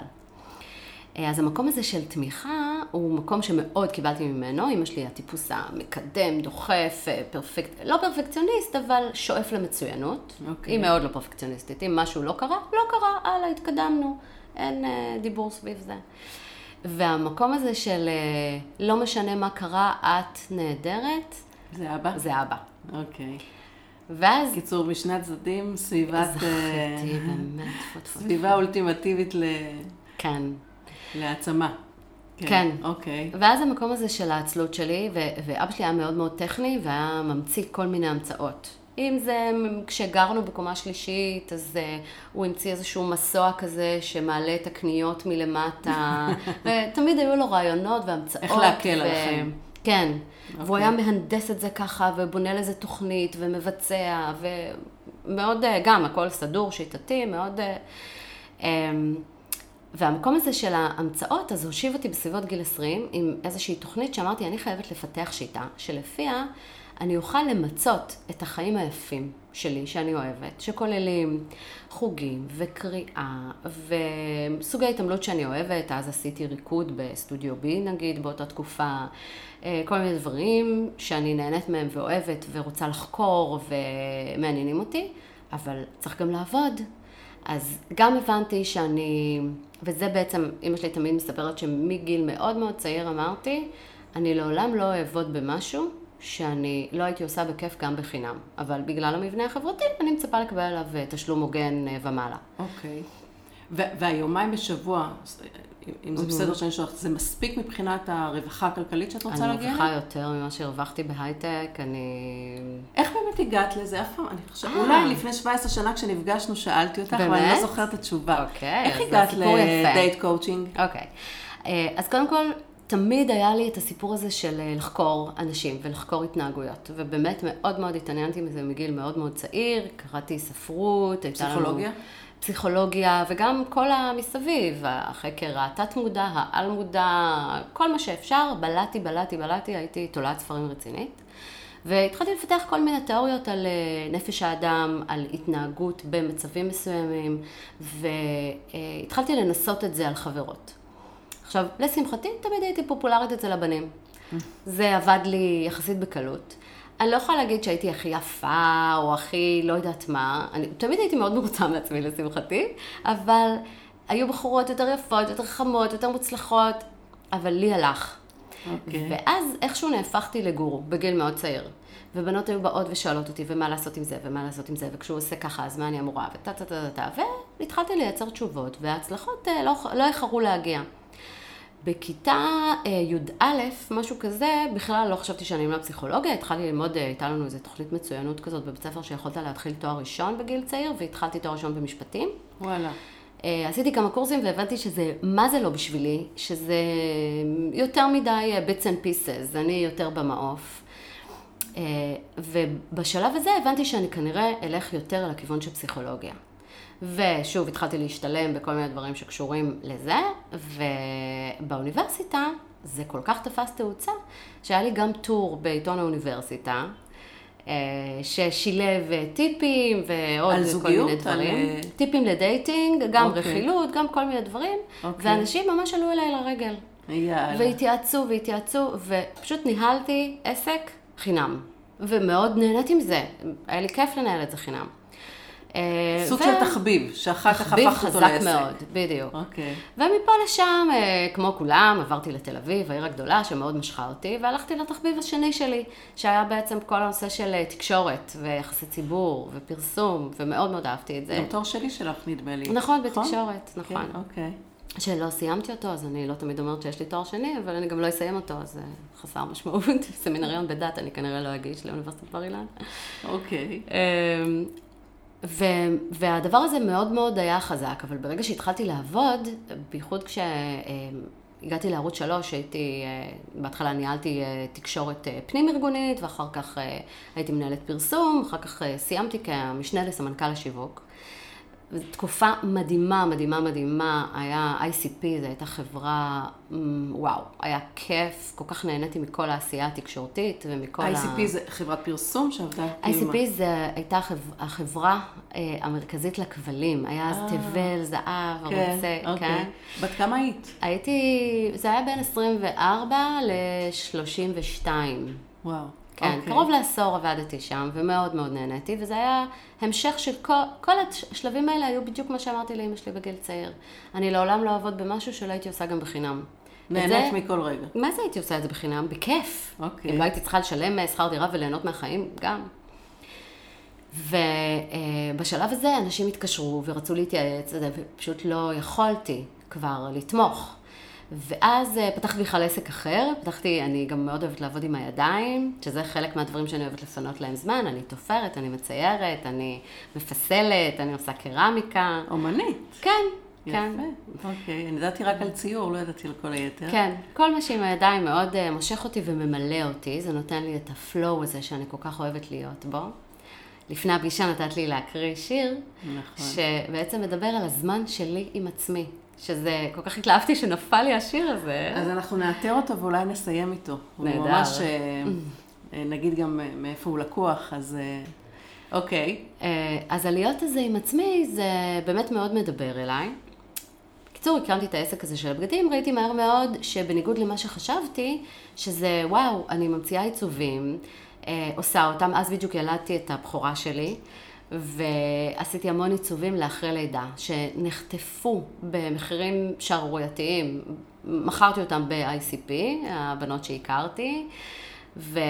אז המקום הזה של תמיכה הוא מקום שמאוד קיבלתי ממנו, אמא שלי הטיפוס המקדם, דוחף, פרפקט, לא פרפקציוניסט, אבל שואף למצוינות. Okay. היא מאוד לא פרפקציוניסטית, אם משהו לא קרה, לא קרה, הלאה, התקדמנו, אין דיבור סביב זה. והמקום הזה של לא משנה מה קרה, את נהדרת. זה אבא? זה אבא. אוקיי. Okay. ואז... קיצור, משני הצדדים, סביבת... זכיתי, באמת, סביבה אולטימטיבית ל... כן. להעצמה. כן. אוקיי. ואז המקום הזה של העצלות שלי, ואבא שלי היה מאוד מאוד טכני, והיה ממציא כל מיני המצאות. אם זה, כשגרנו בקומה שלישית, אז הוא המציא איזשהו מסוע כזה, שמעלה את הקניות מלמטה, ותמיד היו לו רעיונות והמצאות. איך להקל על החיים. כן. Okay. והוא היה מהנדס את זה ככה, ובונה לזה תוכנית, ומבצע, ומאוד, גם הכל סדור, שיטתי, מאוד... והמקום הזה של ההמצאות, אז הושיב אותי בסביבות גיל עשרים, עם איזושהי תוכנית שאמרתי, אני חייבת לפתח שיטה, שלפיה אני אוכל למצות את החיים היפים, שלי, שאני אוהבת, שכוללים חוגים וקריאה וסוגי התעמלות שאני אוהבת. אז עשיתי ריקוד בסטודיו בי, נגיד, באותה תקופה. כל מיני דברים שאני נהנית מהם ואוהבת ורוצה לחקור ומעניינים אותי, אבל צריך גם לעבוד. אז גם הבנתי שאני, וזה בעצם, אמא שלי תמיד מספרת שמגיל מאוד מאוד צעיר אמרתי, אני לעולם לא אעבוד במשהו שאני לא הייתי עושה בכיף גם בחינם. אבל בגלל המבנה החברתי, אני מצפה לקבל עליו תשלום הוגן ומעלה. אוקיי. והיומיים בשבוע, אם זה בסדר שאני שואלת, זה מספיק מבחינת הרווחה הכלכלית שאת רוצה להגיע? אני מרווחה יותר ממה שהרווחתי בהייטק, אני... איך באמת הגעת לזה? אף פעם, אני חושבת, אולי לפני שבע עשרה שנה כשנפגשנו שאלתי אותך, אבל אני לא זוכרת את התשובה. אוקיי, איך הגעת לדייט קואוצ'ינג? אוקיי. אז קודם כל, תמיד היה לי את הסיפור הזה של לחקור אנשים ולחקור התנהגויות, ובאמת מאוד מאוד התעניינתי מזה מגיל מאוד מאוד צעיר, קראתי ספרות, פסיכולוגיה? פסיכולוגיה, וגם כל המסביב, החקר התת מודע, העל מודע, כל מה שאפשר, בלעתי, בלעתי, בלעתי, הייתי תולעת ספרים רצינית. והתחלתי לפתח כל מיני תיאוריות על נפש האדם, על התנהגות במצבים מסוימים, והתחלתי לנסות את זה על חברות. עכשיו, לשמחתי, תמיד הייתי פופולרית אצל הבנים. זה עבד לי יחסית בקלות. אני לא יכולה להגיד שהייתי הכי יפה, או הכי לא יודעת מה. אני תמיד הייתי מאוד מרוצה מעצמי לשמחתי, אבל היו בחורות יותר יפות, יותר חמות, יותר מוצלחות, אבל לי הלך. Okay. ואז איכשהו נהפכתי לגורו, בגיל מאוד צעיר. ובנות היו באות ושואלות אותי, ומה לעשות עם זה, ומה לעשות עם זה, וכשהוא עושה ככה, אז מה אני אמורה, וטה טה טה טה, והתחלתי לייצר תשובות, וההצלחות לא, לא איחרו להגיע. בכיתה י"א, משהו כזה, בכלל לא חשבתי שאני אלמד פסיכולוגיה, התחלתי ללמוד, הייתה לנו איזו תוכנית מצוינות כזאת בבית ספר שיכולת להתחיל תואר ראשון בגיל צעיר, והתחלתי תואר ראשון במשפטים. וואלה. עשיתי כמה קורסים והבנתי שזה, מה זה לא בשבילי, שזה יותר מדי bits and pieces, אני יותר במעוף. ובשלב הזה הבנתי שאני כנראה אלך יותר לכיוון של פסיכולוגיה. ושוב, התחלתי להשתלם בכל מיני דברים שקשורים לזה, ובאוניברסיטה זה כל כך תפס תאוצה, שהיה לי גם טור בעיתון האוניברסיטה, ששילב טיפים ועוד כל מיני דברים. על... טיפים לדייטינג, גם okay. רכילות, גם כל מיני דברים, okay. ואנשים ממש עלו אליי לרגל. יאללה. והתייעצו והתייעצו, ופשוט ניהלתי עסק חינם, ומאוד נהניתי עם זה. היה לי כיף לנהל את זה חינם. סוג ו... של תחביב, שאחר כך הפכת אותו לעסק. תחביב חזק מאוד, בדיוק. אוקיי. ומפה לשם, כמו כולם, עברתי לתל אביב, העיר הגדולה שמאוד משכה אותי, והלכתי לתחביב השני שלי, שהיה בעצם כל הנושא של תקשורת, ויחסי ציבור, ופרסום, ומאוד מאוד אהבתי את זה. גם תואר שלי שלך נדמה לי. נכון, בתקשורת, נכון. אוקיי. שלא סיימתי אותו, אז אני לא תמיד אומרת שיש לי תואר שני, אבל אני גם לא אסיים אותו, אז חסר משמעות. סמינריון בדת, אני כנראה לא אגיש לאוניברסיטת בר אילן. אוקיי. ו- והדבר הזה מאוד מאוד היה חזק, אבל ברגע שהתחלתי לעבוד, בייחוד כשהגעתי לערוץ שלוש, הייתי, בהתחלה ניהלתי תקשורת פנים ארגונית, ואחר כך הייתי מנהלת פרסום, אחר כך סיימתי כמשנה לסמנכ"ל השיווק. תקופה מדהימה, מדהימה, מדהימה, היה איי סי פי, זו הייתה חברה, וואו, היה כיף, כל כך נהניתי מכל העשייה התקשורתית ומכל ה... איי סי פי זה חברת פרסום שעבדה? איי סי פי זה הייתה החברה המרכזית לכבלים, היה אז תבל, זהב, ערוצה, כן. בת כמה היית? הייתי, זה היה בין עשרים וארבע ל-שלושים ושתיים. וואו. כן, okay. קרוב לעשור עבדתי שם, ומאוד מאוד נהניתי, וזה היה המשך של כל, כל השלבים האלה היו בדיוק מה שאמרתי לאמא שלי בגיל צעיר. אני לעולם לא אעבוד במשהו שלא הייתי עושה גם בחינם. נהנית זה, מכל רגע. מה זה הייתי עושה את זה בחינם? בכיף. Okay. אם לא הייתי צריכה לשלם שכר דירה וליהנות מהחיים, גם. ובשלב הזה אנשים התקשרו ורצו להתייעץ, ופשוט לא יכולתי כבר לתמוך. ואז פתחתי בכלל עסק אחר, פתחתי, אני גם מאוד אוהבת לעבוד עם הידיים, שזה חלק מהדברים שאני אוהבת לפנות להם זמן, אני תופרת, אני מציירת, אני מפסלת, אני עושה קרמיקה. אומנית. כן, יפה. כן. אוקיי, אני ידעתי רק על ציור, לא ידעתי על כל היתר. כן, כל מה שעם הידיים מאוד מושך אותי וממלא אותי, זה נותן לי את הפלואו הזה שאני כל כך אוהבת להיות בו. לפני הפגישה נתת לי להקריא שיר, נכון. שבעצם מדבר על הזמן שלי עם עצמי. שזה כל כך התלהבתי שנפל לי השיר הזה. אז אנחנו נאתר אותו ואולי נסיים איתו. נהדר. הוא ממש, נגיד גם מאיפה הוא לקוח, אז אוקיי. אז הלהיות הזה עם עצמי, זה באמת מאוד מדבר אליי. בקיצור, הקמתי את העסק הזה של הבגדים, ראיתי מהר מאוד שבניגוד למה שחשבתי, שזה וואו, אני ממציאה עיצובים, עושה אותם, אז בדיוק ילדתי את הבחורה שלי, ועשיתי המון עיצובים לאחרי לידה, שנחטפו במחירים שערורייתיים, מכרתי אותם ב-איי סי פי, הבנות שהכרתי, וזה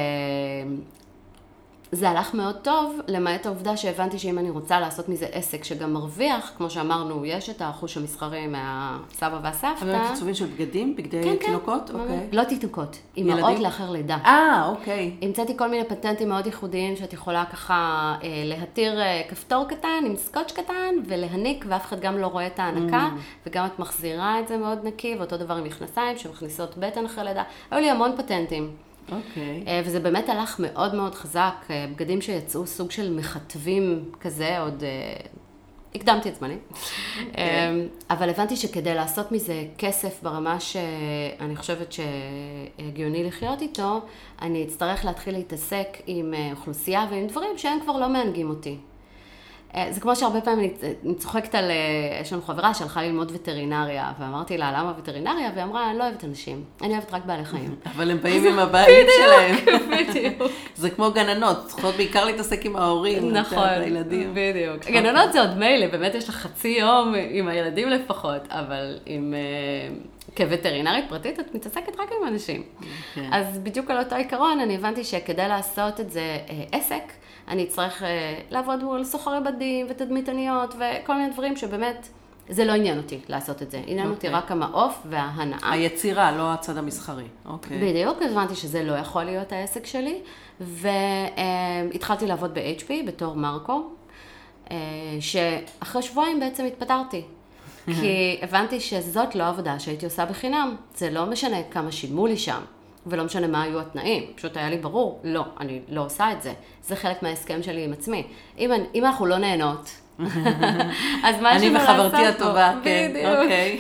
הלך מאוד טוב, למעט העובדה שהבנתי שאם אני רוצה לעשות מזה עסק שגם מרוויח, כמו שאמרנו, יש את החוש המסחרי מהסבא והסבתא. אבל עיצובים של בגדים? בגדי כן, תינוקות? כן, אוקיי. לא תינוקות, אימהות לאחר לידה. אה, אוקיי. המצאתי כל מיני פטנטים מאוד ייחודיים שאת יכולה ככה להתיר כפתור קטן עם סקוץ' קטן ולהניק, ואף אחד גם לא רואה את ההנקה, mm. וגם את מחזירה את זה מאוד נקי, ואותו דבר עם מכנסיים שמכניסות בטן אחרי לידה. היו לי המון פטנטים. אוקיי. וזה באמת הלך מאוד מאוד חזק, בגדים שיצאו סוג של מכתבים כזה, עוד הקדמתי את זמני. אבל הבנתי שכדי לעשות מזה כסף ברמה שאני חושבת שהגיוני לחיות איתו, אני אצטרך להתחיל להתעסק עם אוכלוסייה ועם דברים שהם כבר לא מענגים אותי. זה כמו שהרבה פעמים אני צוחקת על, יש לנו חברה שהלכה ללמוד וטרינריה, ואמרתי לה, למה וטרינריה? והיא אמרה, אני לא אוהבת אנשים, אני אוהבת רק בעלי חיים. אבל הם באים עם הבעלים שלהם. בדיוק. זה כמו גננות, צריכות בעיקר להתעסק עם ההורים, נכון, הילדים. בדיוק. גננות זה עוד מילא, באמת יש לך חצי יום עם הילדים לפחות, אבל עם... כווטרינרית פרטית, את מתעסקת רק עם אנשים. אז בדיוק על אותו עיקרון, אני הבנתי שכדי לעשות את זה עסק, אני אצטרך לעבוד מול סוחרי בדים ותדמיתניות וכל מיני דברים שבאמת, זה לא עניין אותי לעשות את זה. עניין אותי רק המעוף וההנאה. היצירה, לא הצד המסחרי. אוקיי. בדיוק, הבנתי שזה לא יכול להיות העסק שלי, והתחלתי לעבוד ב-אייץ' פי בתור מרקו, שאחרי שבועיים בעצם התפטרתי. כי הבנתי שזאת לא עבודה שהייתי עושה בחינם. זה לא משנה כמה שילמו לי שם, ולא משנה מה היו התנאים. פשוט היה לי ברור, לא, אני לא עושה את זה. זה חלק מההסכם שלי עם עצמי. אם, אני, אם אנחנו לא נהנות, אז מה יש לנו לעשות פה? אני וחברתי הטובה, כן, אוקיי.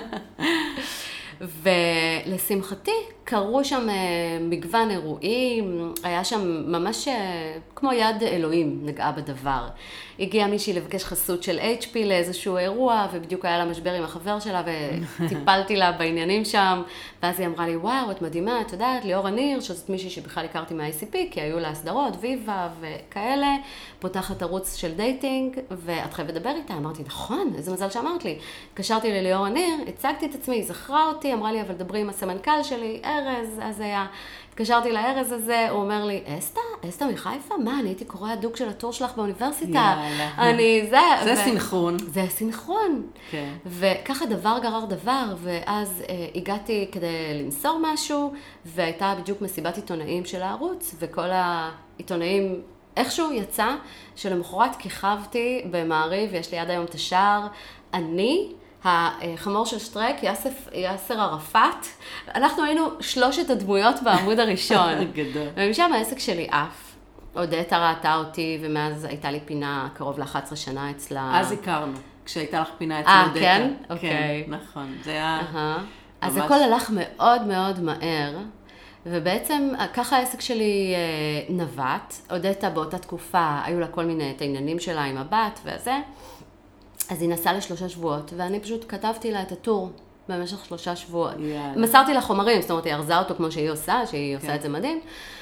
ולשמחתי, קרו שם מגוון אירועים, היה שם ממש כמו יד אלוהים נגעה בדבר. הגיעה מישהי לבקש חסות של אייץ' פי לאיזשהו אירוע, ובדיוק היה לה משבר עם החבר שלה, וטיפלתי לה בעניינים שם, ואז היא אמרה לי, וואו, את מדהימה, את יודעת, ליאור הניר, שזאת מישהי שבכלל הכרתי מה-איי סי פי, כי היו לה סדרות, ויבה וכאלה, פותחת ערוץ של דייטינג, ואת חייבת לדבר איתה. אמרתי, נכון, איזה מזל שאמרת לי. התקשרתי לליאור הניר, הצגתי את עצמי, היא זכרה אותי, אמרה לי, אבל דברי עם הסמנכ"ל שלי, ארז, אז היה... התקשרתי לארז הזה, הוא אומר לי, אסתה? אסתה מחיפה? מה, אני הייתי קורא הדוק של הטור שלך באוניברסיטה. אני, זה... זה סינכרון. זה סינכרון. כן. וככה דבר גרר דבר, ואז אה, הגעתי כדי למסור משהו, והייתה בדיוק מסיבת עיתונאים של הערוץ, וכל העיתונאים איכשהו יצא, שלמחרת כיכבתי במעריב, ויש לי עד היום את השער, אני... החמור של שטרק, יאסף, יאסר ערפאת, אנחנו היינו שלושת הדמויות בעמוד הראשון. גדול. ומשם העסק שלי אף. עודתה ראתה אותי, ומאז הייתה לי פינה קרוב ל-אחת עשרה שנה אצלה. אז הכרנו, כשהייתה לך פינה אצלה עודתה. אה, כן? אוקיי. נכון. זה היה... אז הכל הלך מאוד מאוד מהר, ובעצם ככה העסק שלי נווט. עודתה באותה תקופה, היו לה כל מיני את העניינים שלה עם הבת וזה. אז היא נסעה לשלושה שבועות, ואני פשוט כתבתי לה את הטור במשך שלושה שבועות. Yeah. מסרתי לה חומרים, זאת אומרת, היא ארזה אותו כמו שהיא עושה, שהיא עושה yeah. את זה מדהים.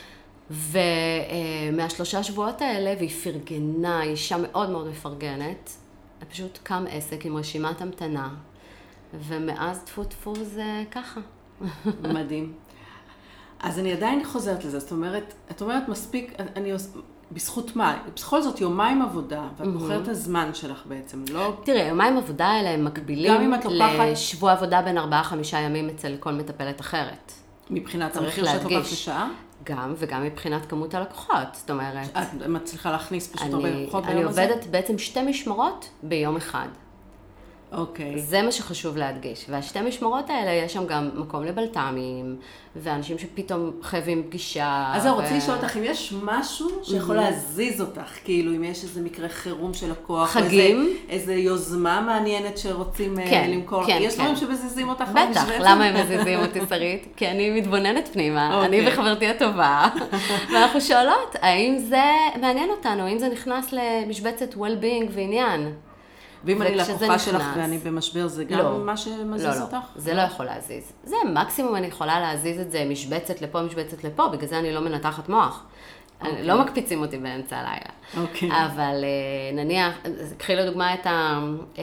ומהשלושה שבועות האלה, והיא פרגנה, היא אישה מאוד מאוד מפרגנת, פשוט קם עסק עם רשימת המתנה, ומאז טפו טפו זה ככה. מדהים. אז אני עדיין חוזרת לזה, זאת אומרת, את אומרת מספיק, אני עושה... בזכות מה? בכל זאת יומיים עבודה, ואת בוחרת את הזמן שלך בעצם, לא... תראה, יומיים עבודה האלה הם מקבילים לשבוע עבודה בין ארבעה חמישה ימים אצל כל מטפלת אחרת. מבחינת המחיר שאת לוקחת לשעה? גם, וגם מבחינת כמות הלקוחות, זאת אומרת... את מצליחה להכניס פשוט הרבה לקוחות ביום הזה? אני עובדת בעצם שתי משמרות ביום אחד. אוקיי. זה מה שחשוב להדגיש. והשתי משמרות האלה, יש שם גם מקום לבלת"מים, ואנשים שפתאום חייבים פגישה. אז אני רוצה לשאול אותך, אם יש משהו שיכול להזיז אותך, כאילו, אם יש איזה מקרה חירום של לקוח, חגים. איזה יוזמה מעניינת שרוצים למכור. יש דברים שמזיזים אותך? בטח, למה הם מזיזים אותי, שרית? כי אני מתבוננת פנימה, אני וחברתי הטובה, ואנחנו שואלות, האם זה מעניין אותנו, האם זה נכנס למשבצת well-being ועניין? ואם אני לקוחה שלך ואני במשבר, זה גם לא, מה שמזיז לא, אותך? לא, זה לא יכול להזיז. זה מקסימום אני יכולה להזיז את זה משבצת לפה, משבצת לפה, בגלל זה אני לא מנתחת מוח. Okay. לא מקפיצים אותי באמצע הלילה. Okay. אבל נניח, קחי לדוגמה את, ה,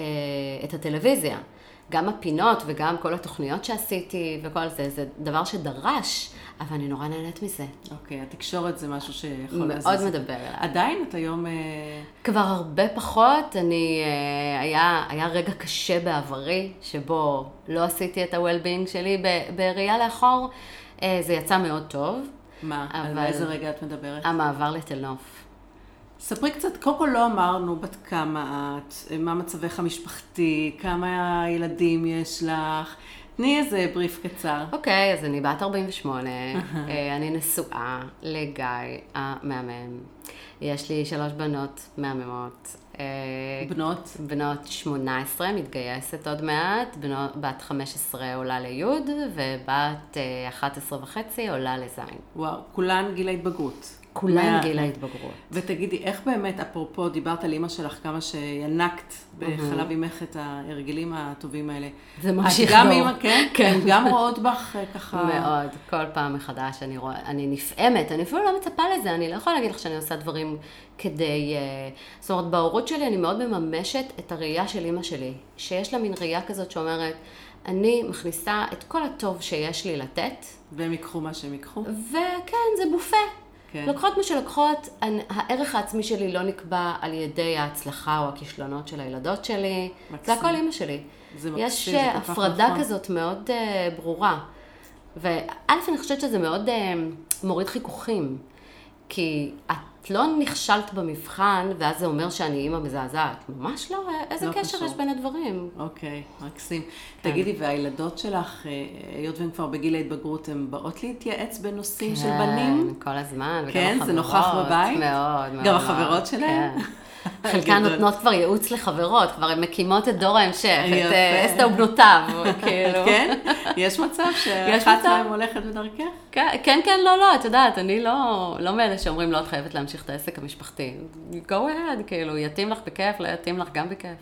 את הטלוויזיה. גם הפינות וגם כל התוכניות שעשיתי וכל זה, זה דבר שדרש, אבל אני נורא נהנית מזה. אוקיי, התקשורת זה משהו שיכול להזיז. מאוד מדבר אליי. עדיין את היום... כבר הרבה פחות, אני, היה, היה רגע קשה בעברי, שבו לא עשיתי את ה-well-being שלי בראייה לאחור, זה יצא מאוד טוב. מה? על איזה רגע את מדברת? המעבר לתל נוף. ספרי קצת, קודם כל לא אמרנו בת כמה את, מה מצבך המשפחתי, כמה ילדים יש לך, תני איזה בריף קצר. אוקיי, אז אני בת ארבעים ושמונה, אני נשואה לגיא המאמן. יש לי שלוש בנות מהממות. בנות? בנות שמונה עשרה, מתגייסת עוד מעט, בנות, בת חמש עשרה עולה ליוד, ובת אחת עשרה וחצי עולה לזין. וואו, כולן גיל ההתבגרות. כולן גיל ההתבגרות. ותגידי, איך באמת, אפרופו, דיברת על אמא שלך כמה שינקת בחלב אימך את ההרגלים הטובים האלה. זה ממשיך גם אמא, כן? כן. גם רואות בך ככה... מאוד. כל פעם מחדש אני רואה, אני נפעמת, אני אפילו לא מצפה לזה, אני לא יכולה להגיד לך שאני עושה דברים כדי... זאת אומרת, בהורות שלי אני מאוד מממשת את הראייה של אמא שלי, שיש לה מין ראייה כזאת שאומרת, אני מכניסה את כל הטוב שיש לי לתת. והם ייקחו מה שהם ייקחו. וכן, זה בופה. כן. לקחות מה שלקחות, הערך העצמי שלי לא נקבע על ידי ההצלחה או הכישלונות של הילדות שלי. מקסים. זה הכל אמא שלי. זה מקסים, יש זה הפרדה נכון. כזאת מאוד uh, ברורה. וא' אני חושבת שזה מאוד uh, מוריד חיכוכים. כי את לא נכשלת במבחן, ואז זה אומר שאני אימא מזעזעת. ממש לא, איזה לא קשר קשור. יש בין הדברים. אוקיי, מקסים. כן. תגידי, והילדות שלך, היות והן כבר בגיל ההתבגרות, הן באות להתייעץ בנושאים כן, של בנים? כן, כל הזמן. כן, זה נוכח בבית? מאוד, מאוד. גם החברות שלהן? כן. חלקן נותנות כבר ייעוץ לחברות, כבר הן מקימות את דור ההמשך, את אסתר ובנותיו, כאילו. כן? יש מצב שאחת מהם הולכת בדרכך? כן, כן, לא, לא, את יודעת, אני לא מאלה שאומרים, לא, את חייבת להמשיך את העסק המשפחתי. go ahead, כאילו, יתאים לך בכיף, לא יתאים לך גם בכיף.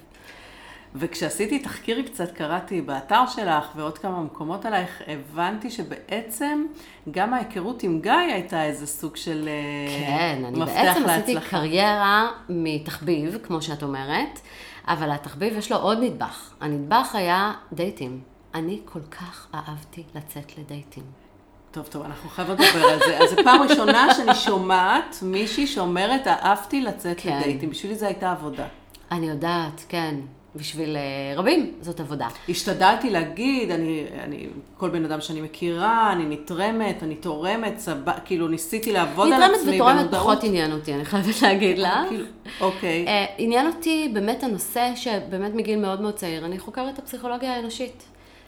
וכשעשיתי תחקיר קצת, קראתי באתר שלך ועוד כמה מקומות עלייך, הבנתי שבעצם גם ההיכרות עם גיא הייתה איזה סוג של כן, מפתח להצלחה. כן, אני בעצם עשיתי קריירה מתחביב, כמו שאת אומרת, אבל התחביב יש לו עוד נדבך. הנדבך היה דייטים. אני כל כך אהבתי לצאת לדייטים. טוב, טוב, אנחנו חייבות לדבר על זה. אז זו פעם ראשונה שאני שומעת מישהי שאומרת, אהבתי לצאת כן. לדייטים. בשבילי זה הייתה עבודה. אני יודעת, כן. בשביל רבים, זאת עבודה. השתדלתי להגיד, אני, אני, כל בן אדם שאני מכירה, אני נתרמת, אני תורמת, סבא, כאילו ניסיתי לעבוד על עצמי. נתרמת ותורמת פחות עניין אותי, אני חייבת להגיד לה. אוקיי. עניין אותי באמת הנושא שבאמת מגיל מאוד מאוד צעיר, אני חוקרת את הפסיכולוגיה האנושית.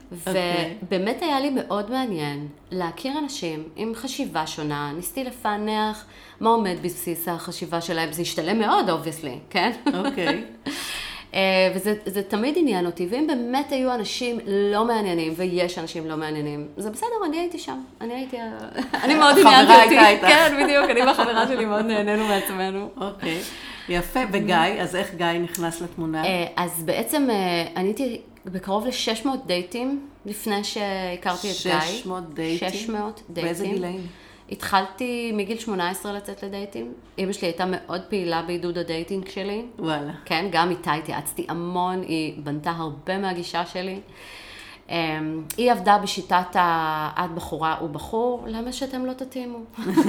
ובאמת היה לי מאוד מעניין להכיר אנשים עם חשיבה שונה, ניסיתי לפענח מה עומד בבסיס החשיבה שלהם, זה השתלם מאוד, obviously, כן? אוקיי. וזה זה תמיד עניין אותי, ואם באמת היו אנשים לא מעניינים, ויש אנשים לא מעניינים, זה בסדר, אני הייתי שם, אני הייתי, אני מאוד עניינתי אותי, כן, בדיוק, אני והחברה שלי מאוד נהנינו מעצמנו. אוקיי, יפה, וגיא, אז איך גיא נכנס לתמונה? אז בעצם אני הייתי בקרוב ל-שש מאות דייטים, לפני שהכרתי את גיא. שש מאות דייטים? שש מאות דייטים. באיזה גילאים? התחלתי מגיל שמונה עשרה לצאת לדייטים. אמא שלי הייתה מאוד פעילה בעידוד הדייטינג שלי. וואלה. כן, גם איתה התייעצתי המון, היא בנתה הרבה מהגישה שלי. היא עבדה בשיטת את בחורה ובחור, למה שאתם לא תתאימו?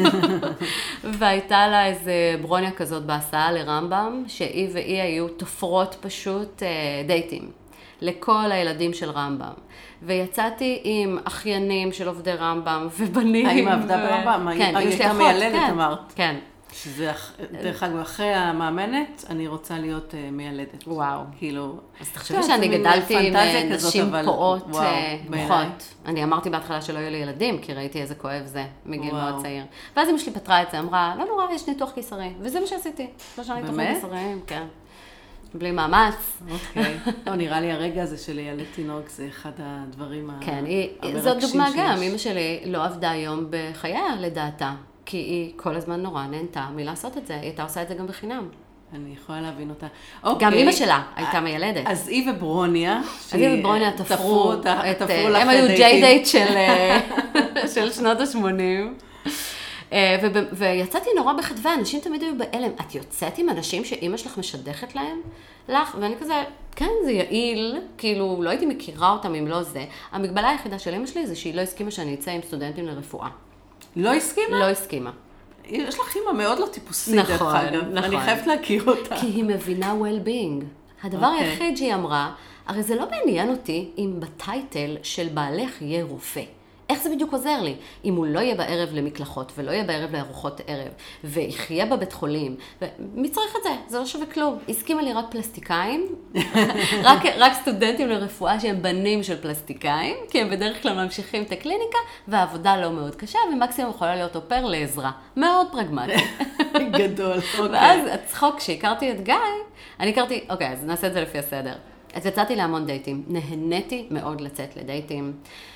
והייתה לה איזה ברוניה כזאת בהסעה לרמב"ם, שהיא והיא היו תופרות פשוט דייטים. לכל הילדים של רמב"ם. ויצאתי עם אחיינים של עובדי רמב"ם ובנים. האם עבדה ברמב"ם? כן, היא הייתה מיילדת, אמרת. כן. שזה, דרך אגב, אחרי המאמנת, אני רוצה להיות מיילדת. וואו. כאילו... אז תחשבי שאני גדלתי עם נשים פועות מוחות. אני אמרתי בהתחלה שלא יהיו לי ילדים, כי ראיתי איזה כואב זה, מגיל מאוד צעיר. ואז אמא שלי פתרה את זה, אמרה, לא נורא, יש ניתוח קיסרי. וזה מה שעשיתי. שלושה ניתוחים קיסריים, כן. בלי מאמץ. אוקיי. לא, נראה לי הרגע הזה של ילד תינוק, זה אחד הדברים המרגשים שיש. כן, זאת דוגמה גם. אמא שלי לא עבדה היום בחייה, לדעתה. כי היא כל הזמן נורא נהנתה מלעשות את זה. היא הייתה עושה את זה גם בחינם. אני יכולה להבין אותה. גם אמא שלה הייתה מיילדת. אז היא וברוניה, אז היא וברוניה תפרו את... הם היו ג'יי דייט של שנות ה-שמונים. ויצאתי נורא בחדווה, אנשים תמיד היו בהלם. את יוצאת עם אנשים שאמא שלך משדכת להם? לך? ואני כזה, כן, זה יעיל, כאילו, לא הייתי מכירה אותם אם לא זה. המגבלה היחידה של אמא שלי זה שהיא לא הסכימה שאני אצא עם סטודנטים לרפואה. לא הסכימה? לא הסכימה. יש לך אימא מאוד לא טיפוסית, דרך אגב. נכון. אני חייבת להכיר אותה. כי היא מבינה well-being. הדבר היחיד שהיא אמרה, הרי זה לא מעניין אותי אם בטייטל של בעלך יהיה רופא. איך זה בדיוק עוזר לי? אם הוא לא יהיה בערב למקלחות, ולא יהיה בערב לארוחות ערב, ויחיה בבית חולים, מי צריך את זה? זה לא שווה כלום. הסכימה לי רק פלסטיקאים, רק, רק סטודנטים לרפואה שהם בנים של פלסטיקאים, כי הם בדרך כלל ממשיכים את הקליניקה, והעבודה לא מאוד קשה, ומקסימום יכולה להיות אופר לעזרה. מאוד פרגמטי. גדול, אוקיי. ואז הצחוק, כשהכרתי את גיא, אני הכרתי, אוקיי, אז נעשה את זה לפי הסדר. אז יצאתי להמון דייטים. נהניתי מאוד לצאת לדייטים.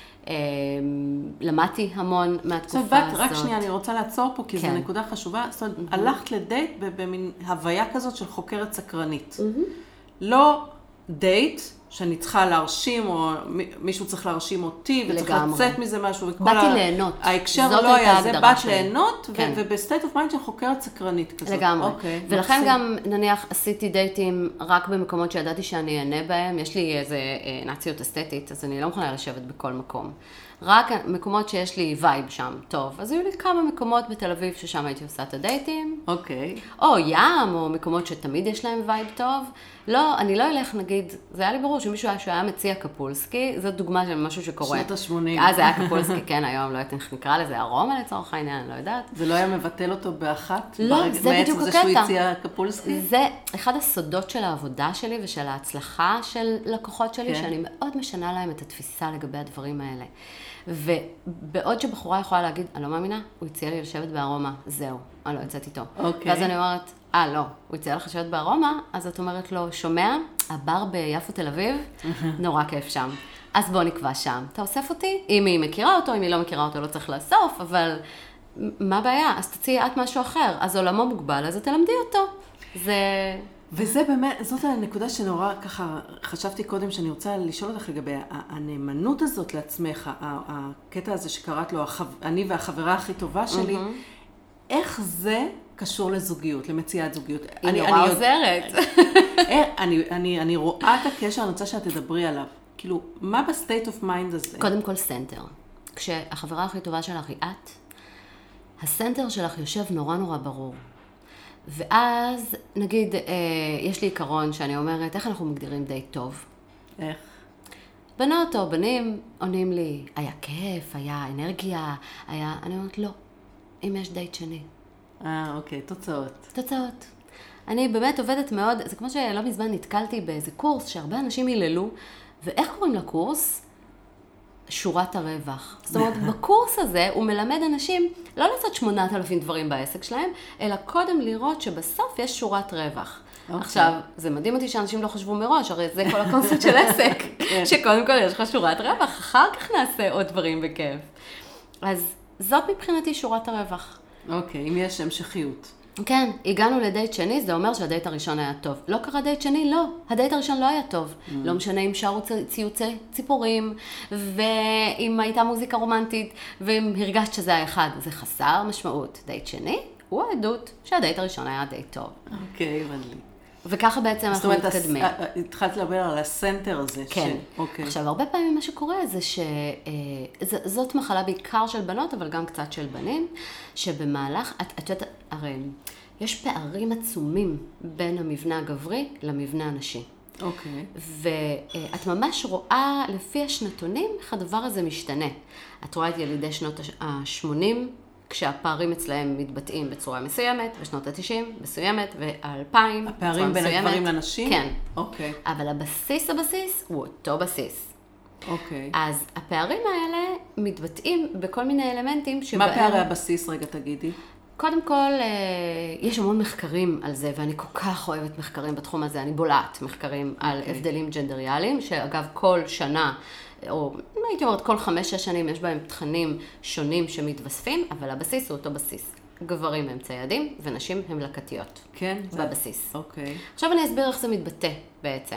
למדתי המון מהתקופה הזאת. רק שנייה, אני רוצה לעצור פה, כי זו נקודה חשובה. זאת אומרת, הלכת לדייט במין הוויה כזאת של חוקרת סקרנית. לא דייט שאני צריכה להרשים, או מישהו צריך להרשים אותי, וצריך לצאת מזה משהו. באתי ליהנות. ההקשר לא היה זה, באת ליהנות, ובסטייט אוף מיינד של חוקרת סקרנית כזאת. לגמרי. ולכן גם, נניח, עשיתי דייטים רק במקומות שידעתי שאני אענה בהם. יש לי איזה נאציות אסתטית, אז אני לא מוכנה לשבת בכל מקום. רק מקומות שיש לי וייב שם, טוב. אז היו לי כמה מקומות בתל אביב ששם הייתי עושה את הדייטים. אוקיי. או ים, או מקומות שתמיד יש להם וייב טוב. לא, אני לא אלך, נגיד, זה היה לי ברור שמישהו היה, שהיה מציע קפולסקי, זו דוגמה של משהו שקורה. שנות ה-שמונים. אז זה היה קפולסקי, כן, היום, לא יודעת איך נקרא לזה, ארומה לצורך העניין, אני לא יודעת. זה לא היה מבטל אותו באחת? לא, זה בדיוק הקטע. זה שהוא הציע קפולסקי? זה אחד הסודות של העבודה שלי ושל ההצלחה של לקוחות שלי, שאני מאוד משנה להם את התפיסה לגבי הדברים האלה. ובעוד שבחורה יכולה להגיד, אני לא מאמינה, הוא הציע לי לשבת בארומה, זהו, אני לא יוצאת איתו. אוקיי. ואז אני אומרת, אה, לא, הוא הציע לך לשבת בארומה, אז את אומרת לו, שומע, הבר ביפו תל אביב, נורא כיף שם. אז בוא נקבע שם. אתה אוסף אותי? אם היא מכירה אותו, אם היא לא מכירה אותו, לא צריך לאסוף, אבל מה הבעיה? אז תציעי את משהו אחר. אז עולמו מוגבל, אז תלמדי אותו. זה... וזה באמת, זאת הנקודה שנורא ככה, חשבתי קודם שאני רוצה לשאול אותך לגבי הנאמנות הזאת לעצמך, הקטע הזה שקראת לו, אני והחברה הכי טובה שלי, איך זה קשור לזוגיות, למציאת זוגיות? היא נורא עוזרת. אני רואה את הקשר, אני רוצה שאת תדברי עליו. כאילו, מה בסטייט אוף מיינד הזה? קודם כל סנטר. כשהחברה הכי טובה שלך היא את, הסנטר שלך יושב נורא נורא ברור. ואז, נגיד, אה, יש לי עיקרון שאני אומרת, איך אנחנו מגדירים דייט טוב? איך? בנות או בנים עונים לי, היה כיף, היה אנרגיה, היה... אני אומרת, לא, אם יש דייט שני. אה, אוקיי, תוצאות. תוצאות. אני באמת עובדת מאוד, זה כמו שלא מזמן נתקלתי באיזה קורס שהרבה אנשים היללו, ואיך קוראים לקורס? שורת הרווח. זאת אומרת, בקורס הזה הוא מלמד אנשים לא לעשות שמונת אלפים דברים בעסק שלהם, אלא קודם לראות שבסוף יש שורת רווח. Okay. עכשיו, זה מדהים אותי שאנשים לא חשבו מראש, הרי זה כל הקונספט של עסק, שקודם כל יש לך שורת רווח, אחר כך נעשה עוד דברים בכיף. אז זאת מבחינתי שורת הרווח. אוקיי, okay, אם יש המשכיות. כן, הגענו לדייט שני, זה אומר שהדייט הראשון היה טוב. לא קרה דייט שני, לא. הדייט הראשון לא היה טוב. Mm. לא משנה אם שרו ציוצי ציפורים, ואם הייתה מוזיקה רומנטית, ואם הרגשת שזה היה אחד, זה חסר משמעות. דייט שני הוא העדות שהדייט הראשון היה דייט טוב. אוקיי, הבנתי. וככה בעצם אנחנו מתקדמים. זאת אומרת, התחלת לדבר על הסנטר הזה. כן. עכשיו, הרבה פעמים מה שקורה זה שזאת מחלה בעיקר של בנות, אבל גם קצת של בנים, שבמהלך, את יודעת, הרי יש פערים עצומים בין המבנה הגברי למבנה הנשי. אוקיי. ואת ממש רואה לפי השנתונים איך הדבר הזה משתנה. את רואה את ילידי שנות ה-שמונים, כשהפערים אצלהם מתבטאים בצורה מסוימת, בשנות ה-תשעים, מסוימת, ו-אלפיים, הפערים בין הגברים לנשים? כן. אוקיי. אבל הבסיס הבסיס הוא אותו בסיס. אוקיי. אז הפערים האלה מתבטאים בכל מיני אלמנטים שבהם... מה פערי הבסיס, רגע תגידי? קודם כל, יש המון מחקרים על זה, ואני כל כך אוהבת מחקרים בתחום הזה, אני בולעת מחקרים okay. על הבדלים ג'נדריאליים, שאגב כל שנה, או הייתי אומרת כל חמש-שש שנים, יש בהם תכנים שונים שמתווספים, אבל הבסיס הוא אותו בסיס. גברים הם ציידים, ונשים הם לקטיות. כן? בבסיס. אוקיי. Okay. עכשיו אני אסביר איך זה מתבטא בעצם.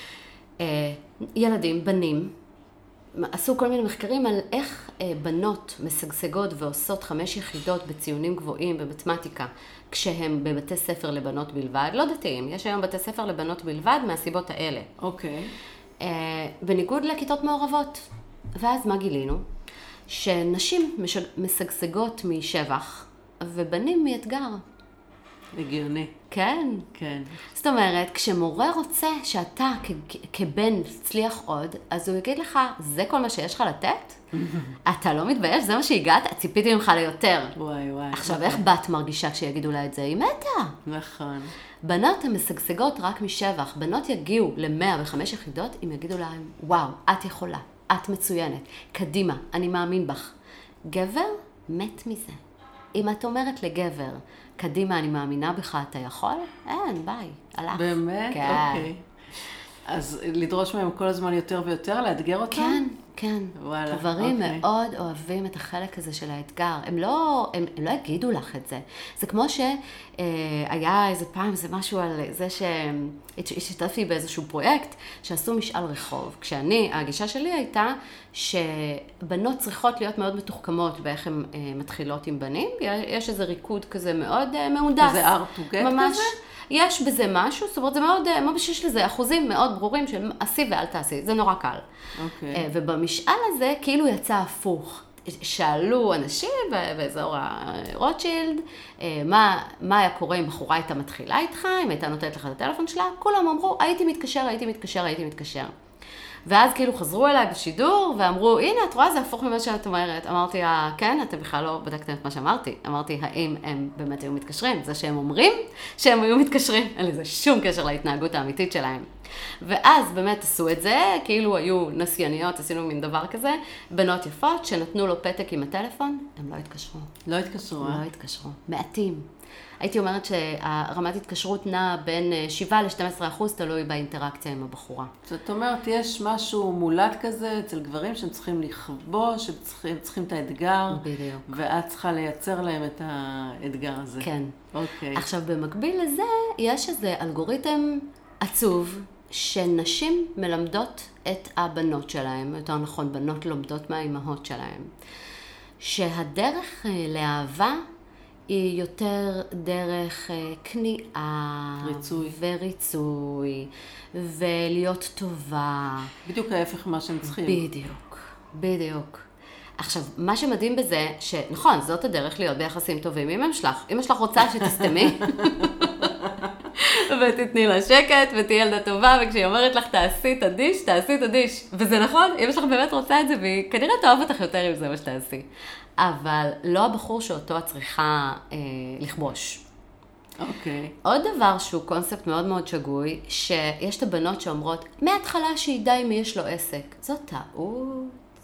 ילדים, בנים, עשו כל מיני מחקרים על איך בנות משגשגות ועושות חמש יחידות בציונים גבוהים במתמטיקה, כשהם בבתי ספר לבנות בלבד, לא דתיים, יש היום בתי ספר לבנות בלבד מהסיבות האלה. אוקיי. Okay. בניגוד לכיתות מעורבות. ואז מה גילינו? שנשים משגשגות משבח ובנים מאתגר. הגיוני. כן. כן. זאת אומרת, כשמורה רוצה שאתה כ- כבן תצליח עוד, אז הוא יגיד לך, זה כל מה שיש לך לתת? אתה לא מתבייש? זה מה שהגעת? ציפיתי ממך ליותר. וואי וואי. עכשיו, איך בת מרגישה כשיגידו לה את זה? היא מתה. נכון. בנות הן משגשגות רק משבח. בנות יגיעו ל-מאה וחמש יחידות, אם יגידו להם, וואו, את יכולה, את מצוינת, קדימה, אני מאמין בך. גבר מת מזה. אם את אומרת לגבר, קדימה, אני מאמינה בך, אתה יכול? אין, ביי, הלך. באמת? כן. אוקיי. אז לדרוש מהם כל הזמן יותר ויותר, לאתגר אותם? כן, כן. וואלה, גברים אוקיי. מאוד אוהבים את החלק הזה של האתגר. הם לא, הם, הם לא יגידו לך את זה. זה כמו שהיה איזה פעם, זה משהו על זה שהשתתפתי באיזשהו פרויקט, שעשו משאל רחוב. כשאני, הגישה שלי הייתה שבנות צריכות להיות מאוד מתוחכמות באיך הן מתחילות עם בנים. יש איזה ריקוד כזה מאוד מהונדס. כזה art to get ממש, כזה? יש בזה משהו, זאת אומרת, זה מאוד, ממש יש לזה אחוזים מאוד ברורים של עשי ואל תעשי, זה נורא קל. אוקיי. ובמשאל הזה כאילו יצא הפוך. שאלו אנשים באזור הרוטשילד, מה, מה היה קורה אם בחורה הייתה מתחילה איתך, אם הייתה נותנת לך את הטלפון שלה, כולם אמרו, הייתי מתקשר, הייתי מתקשר, הייתי מתקשר. ואז כאילו חזרו אליי בשידור ואמרו, הנה, את רואה, זה הפוך ממה שאת אומרת. אמרתי, כן, אתם בכלל לא בדקתם את מה שאמרתי. אמרתי, האם הם באמת היו מתקשרים? זה שהם אומרים שהם היו מתקשרים. אין לזה שום קשר להתנהגות האמיתית שלהם. ואז באמת עשו את זה, כאילו היו נסייניות, עשינו מין דבר כזה, בנות יפות שנתנו לו פתק עם הטלפון, הם לא התקשרו. לא התקשרו, אה? לא התקשרו. מעטים. הייתי אומרת שהרמת התקשרות נעה בין שבעה ל-שנים עשר אחוז, תלוי באינטראקציה עם הבחורה. זאת אומרת, יש משהו מולד כזה אצל גברים שהם צריכים לכבוש, שהם צריכים, צריכים את האתגר. בדיוק. ואת צריכה לייצר להם את האתגר הזה. כן. אוקיי. עכשיו, במקביל לזה, יש איזה אלגוריתם עצוב, שנשים מלמדות את הבנות שלהם, יותר נכון, בנות לומדות מהאימהות שלהם, שהדרך לאהבה היא יותר דרך כניעה, ריצוי. וריצוי, ולהיות טובה. בדיוק ההפך מה שהם צריכים. בדיוק, בדיוק. עכשיו, מה שמדהים בזה, שנכון, זאת הדרך להיות ביחסים טובים עם אמא שלך. אמא שלך רוצה שתסתמי, ותתני לה שקט, ותהיה ילדה טובה, וכשהיא אומרת לך, תעשי את הדיש, תעשי את הדיש. וזה נכון, אמא שלך באמת רוצה את זה, והיא כנראה תאהב אותך יותר אם זה מה שתעשי. אבל לא הבחור שאותו את צריכה אה, לכבוש. אוקיי. עוד דבר שהוא קונספט מאוד מאוד שגוי, שיש את הבנות שאומרות, מההתחלה שידע אם יש לו עסק. זאת טעות.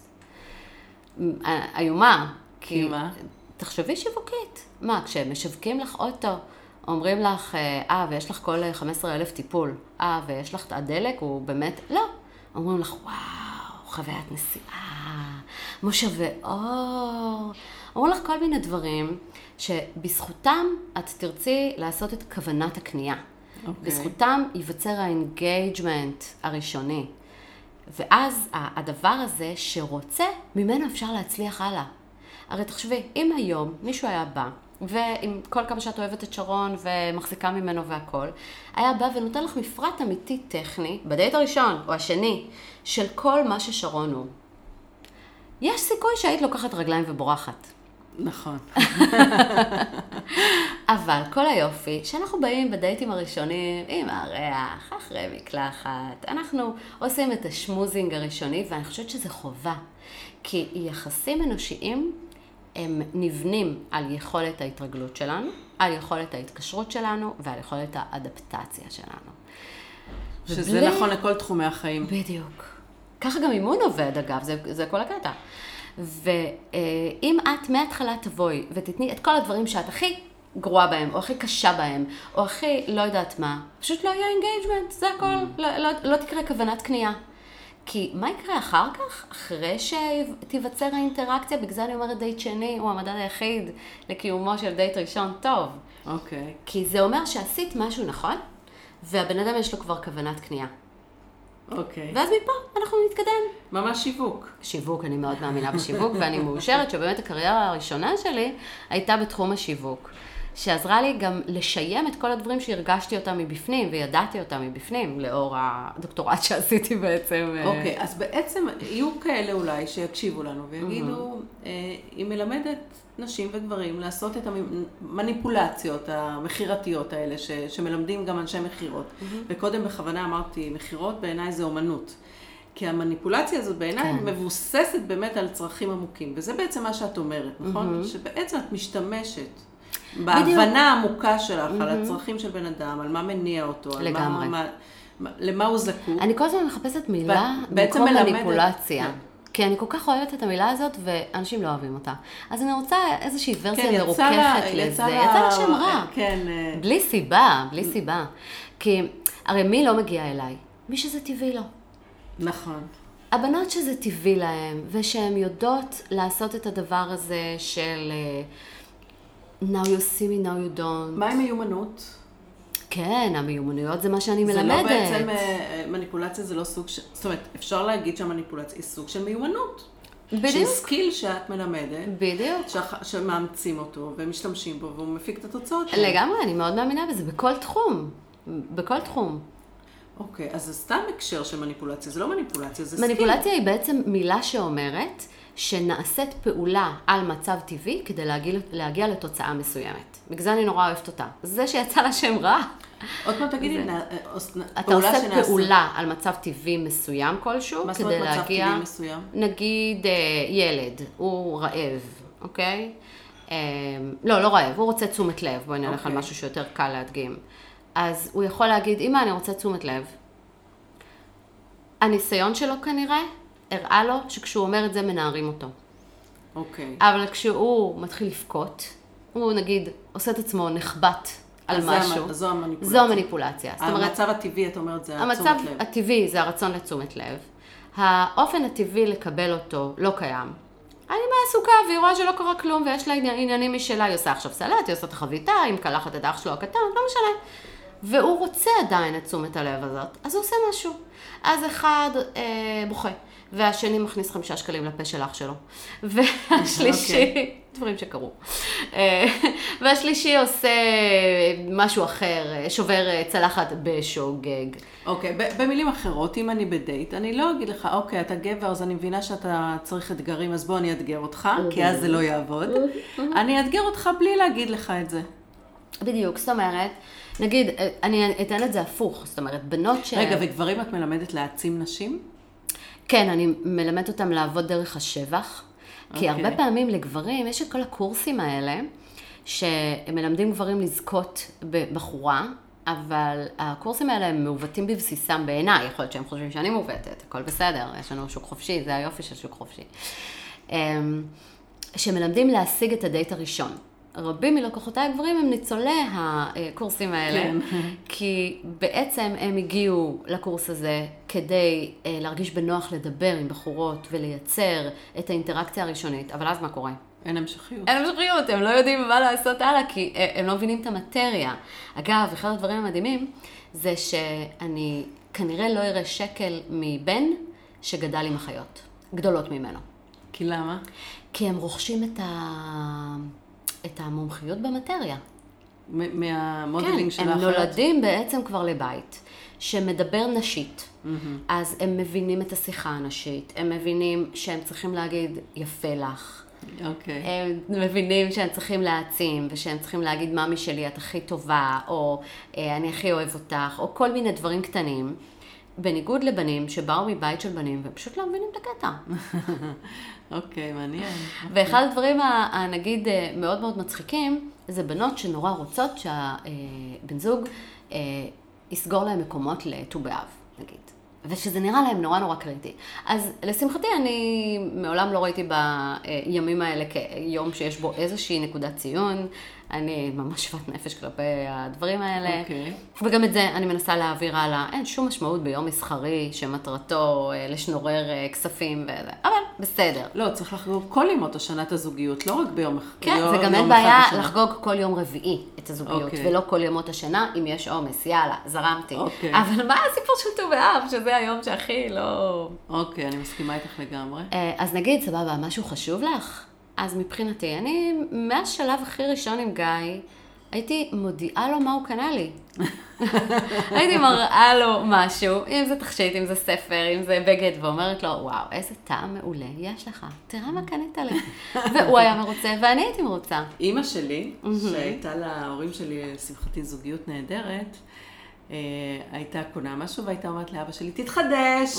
איומה. כי מה? תחשבי שיווקית. מה, כשהם משווקים לך אוטו, אומרים לך, אה, ויש לך כל חמישה עשר אלף טיפול. אה, ויש לך את הדלק, הוא באמת, לא. אומרים לך, וואו, חוויית נסיעה, מושבי אור. אומרים לך כל מיני דברים שבזכותם את תרצי לעשות את כוונת הקנייה. Okay. בזכותם ייווצר האנגייג'מנט הראשוני. ואז הדבר הזה שרוצה, ממנו אפשר להצליח הלאה. הרי תחשבי, אם היום מישהו היה בא, ועם כל כמה שאת אוהבת את שרון ומחזיקה ממנו והכל, היה בא ונותן לך מפרט אמיתי טכני, בדייט הראשון או השני, של כל מה ששרון הוא. יש סיכוי שהיית לוקחת רגליים ובורחת. נכון. אבל כל היופי, שאנחנו באים בדייטים הראשונים עם הריח, אחרי מקלחת, אנחנו עושים את השמוזינג הראשוני, ואני חושבת שזה חובה. כי יחסים אנושיים הם נבנים על יכולת ההתרגלות שלנו, על יכולת ההתקשרות שלנו ועל יכולת האדפטציה שלנו. שזה ובלי... נכון לכל תחומי החיים. בדיוק. ככה גם אימון עובד, אגב, זה, זה כל הקטע. ואם את מההתחלה תבואי ותתני את כל הדברים שאת הכי גרועה בהם, או הכי קשה בהם, או הכי לא יודעת מה, פשוט לא יהיה אינגייג'מנט, זה הכל, mm. לא, לא, לא תקרה כוונת קנייה. כי מה יקרה אחר כך? אחרי שתיווצר האינטראקציה, בגלל זה אני אומרת דייט שני, הוא המדד היחיד לקיומו של דייט ראשון טוב. אוקיי. Okay. כי זה אומר שעשית משהו נכון, והבן אדם יש לו כבר כוונת קנייה. אוקיי. ואז מפה אנחנו נתקדם. ממש שיווק. שיווק, אני מאוד מאמינה בשיווק, ואני מאושרת שבאמת הקריירה הראשונה שלי הייתה בתחום השיווק, שעזרה לי גם לשיים את כל הדברים שהרגשתי אותם מבפנים, וידעתי אותם מבפנים, לאור הדוקטורט שעשיתי בעצם. אוקיי, אז בעצם יהיו כאלה אולי שיקשיבו לנו ויגידו, היא מלמדת נשים וגברים לעשות את המניפולציות המחירתיות האלה, שמלמדים גם אנשי מחירות. וקודם בכוונה אמרתי, מחירות בעיניי זה אומנות. כי המניפולציה הזאת בעיניי מבוססת באמת על צרכים עמוקים. וזה בעצם מה שאת אומרת, נכון? שבעצם את משתמשת בהבנה העמוקה שלך על הצרכים של בן אדם, על מה מניע אותו, לגמרי. למה הוא זקוק. אני כל הזמן מחפשת מילה במקום מניפולציה. כי אני כל כך אוהבת את המילה הזאת, ואנשים לא אוהבים אותה. אז אני רוצה איזושהי ורסיה מרוככת לזה. יצא לה שם רע. בלי סיבה, בלי סיבה. כי הרי מי לא מגיע אליי? מי שזה טבעי לו. נכון. הבנות שזה טבעי להם, ושהן יודעות לעשות את הדבר הזה של now you see me, now you don't. מה עם מיומנות? כן, המיומנויות זה מה שאני מלמדת. זה לא בעצם, מניפולציה זה לא סוג של, זאת אומרת, אפשר להגיד שהמניפולציה היא סוג של מיומנות. בדיוק. של סקיל שאת מלמדת. בדיוק. שמאמצים אותו ומשתמשים בו והוא מפיק את התוצאות. לגמרי, אני מאוד מאמינה בזה, בכל תחום. בכל תחום. אוקיי, אז זה סתם הקשר של מניפולציה, זה לא מניפולציה, זה סקיל. מניפולציה היא בעצם מילה שאומרת שנעשית פעולה על מצב טבעי כדי להגיע, להגיע לתוצאה מסוימת. בגלל זה אני נורא אוהבת אותה. זה שיצא לה שם רע. עוד פעם תגידי, אתה עושה פעולה על מצב טבעי מסוים כלשהו, כדי להגיע... מה זאת אומרת מצב טבעי מסוים? נגיד ילד, הוא רעב, אוקיי? לא, לא רעב, הוא רוצה תשומת לב. בואי נלך על משהו שיותר קל להדגים. אז הוא יכול להגיד, אמא, אני רוצה תשומת לב. הניסיון שלו כנראה, הראה לו שכשהוא אומר את זה מנערים אותו. אוקיי. אבל כשהוא מתחיל לפקוט, הוא נגיד עושה את עצמו נחבט על משהו. זו המניפולציה. זו המניפולציה. המצב הטבעי, את אומרת, זה תשומת לב. המצב הטבעי זה הרצון לתשומת לב. האופן הטבעי לקבל אותו לא קיים. אני מעסוקה והיא רואה שלא קרה כלום ויש לה עניינים משלה, היא עושה עכשיו סלט, היא עושה את החביתה, היא מקלחת את האח שלו הקטן, לא משנה. והוא רוצה עדיין את תשומת הלב הזאת, אז הוא עושה משהו. אז אחד אה, בוכה, והשני מכניס חמישה שקלים לפה של אח שלו. והשלישי, okay. דברים שקרו. והשלישי עושה משהו אחר, שובר צלחת בשוגג. אוקיי, okay, במילים אחרות, אם אני בדייט, אני לא אגיד לך, אוקיי, okay, אתה גבר, אז אני מבינה שאתה צריך אתגרים, אז בוא אני אתגר אותך, כי אז זה לא יעבוד. אני אתגר אותך בלי להגיד לך את זה. בדיוק, זאת אומרת, נגיד, אני אתן את זה הפוך, זאת אומרת, בנות ש... רגע, וגברים את מלמדת להעצים נשים? כן, אני מלמדת אותם לעבוד דרך השבח, כי הרבה פעמים לגברים, יש את כל הקורסים האלה, שמלמדים גברים לזכות בבחורה, אבל הקורסים האלה הם מעוותים בבסיסם בעיניי, יכול להיות שהם חושבים שאני מעוותת, הכל בסדר, יש לנו שוק חופשי, זה היופי של שוק חופשי. שמלמדים להשיג את הדייט הראשון. רבים מלקוחותיי הגברים הם ניצולי הקורסים האלה, כן. כי בעצם הם הגיעו לקורס הזה כדי להרגיש בנוח לדבר עם בחורות ולייצר את האינטראקציה הראשונית, אבל אז מה קורה? אין המשכיות. אין המשכיות, הם לא יודעים מה לעשות הלאה, כי הם לא מבינים את המטריה. אגב, אחד הדברים המדהימים זה שאני כנראה לא אראה שקל מבן שגדל עם החיות, גדולות ממנו. כי למה? כי הם רוכשים את ה... את המומחיות במטריה. מהמודלינג של האחיות? כן, הם נולדים בעצם כבר לבית, שמדבר נשית. אז הם מבינים את השיחה הנשית, הם מבינים שהם צריכים להגיד יפה לך. אוקיי. הם מבינים שהם צריכים להעצים, ושהם צריכים להגיד ממי שלי את הכי טובה, או אני הכי אוהב אותך, או כל מיני דברים קטנים. בניגוד לבנים שבאו מבית של בנים, והם פשוט לא מבינים את הקטע. אוקיי, מעניין. ואחד הדברים, נגיד, מאוד מאוד מצחיקים, זה בנות שנורא רוצות שהבן זוג יסגור להם מקומות לט"ו באב, נגיד. ושזה נראה להם נורא נורא קריטי. אז לשמחתי, אני מעולם לא ראיתי בימים האלה כיום שיש בו איזושהי נקודת ציון. אני ממש שוות נפש כלפי הדברים האלה. אוקיי. וגם את זה אני מנסה להעביר הלאה. אין שום משמעות ביום מסחרי שמטרתו לשנורר כספים וזה. אבל בסדר. לא, צריך לחגוג כל ימות השנת הזוגיות, לא רק ביום אחד. כן, וגם אין בעיה לחגוג כל יום רביעי את הזוגיות, אוקיי. ולא כל ימות השנה אם יש עומס. יאללה, זרמתי. אוקיי. אבל מה הסיפור של ט"ו באב, שזה היום שהכי לא... אוקיי, אני מסכימה איתך לגמרי. אז נגיד, סבבה, משהו חשוב לך? אז מבחינתי, אני מהשלב הכי ראשון עם גיא, הייתי מודיעה לו מה הוא קנה לי. הייתי מראה לו משהו, אם זה תכשיט, אם זה ספר, אם זה בגד, ואומרת לו, וואו, איזה טעם מעולה יש לך, תראה מה קנית לי. והוא היה מרוצה, ואני הייתי מרוצה. אמא שלי, שהייתה להורים שלי, שמחתי זוגיות נהדרת, הייתה קונה משהו, והייתה אומרת לאבא שלי, תתחדש.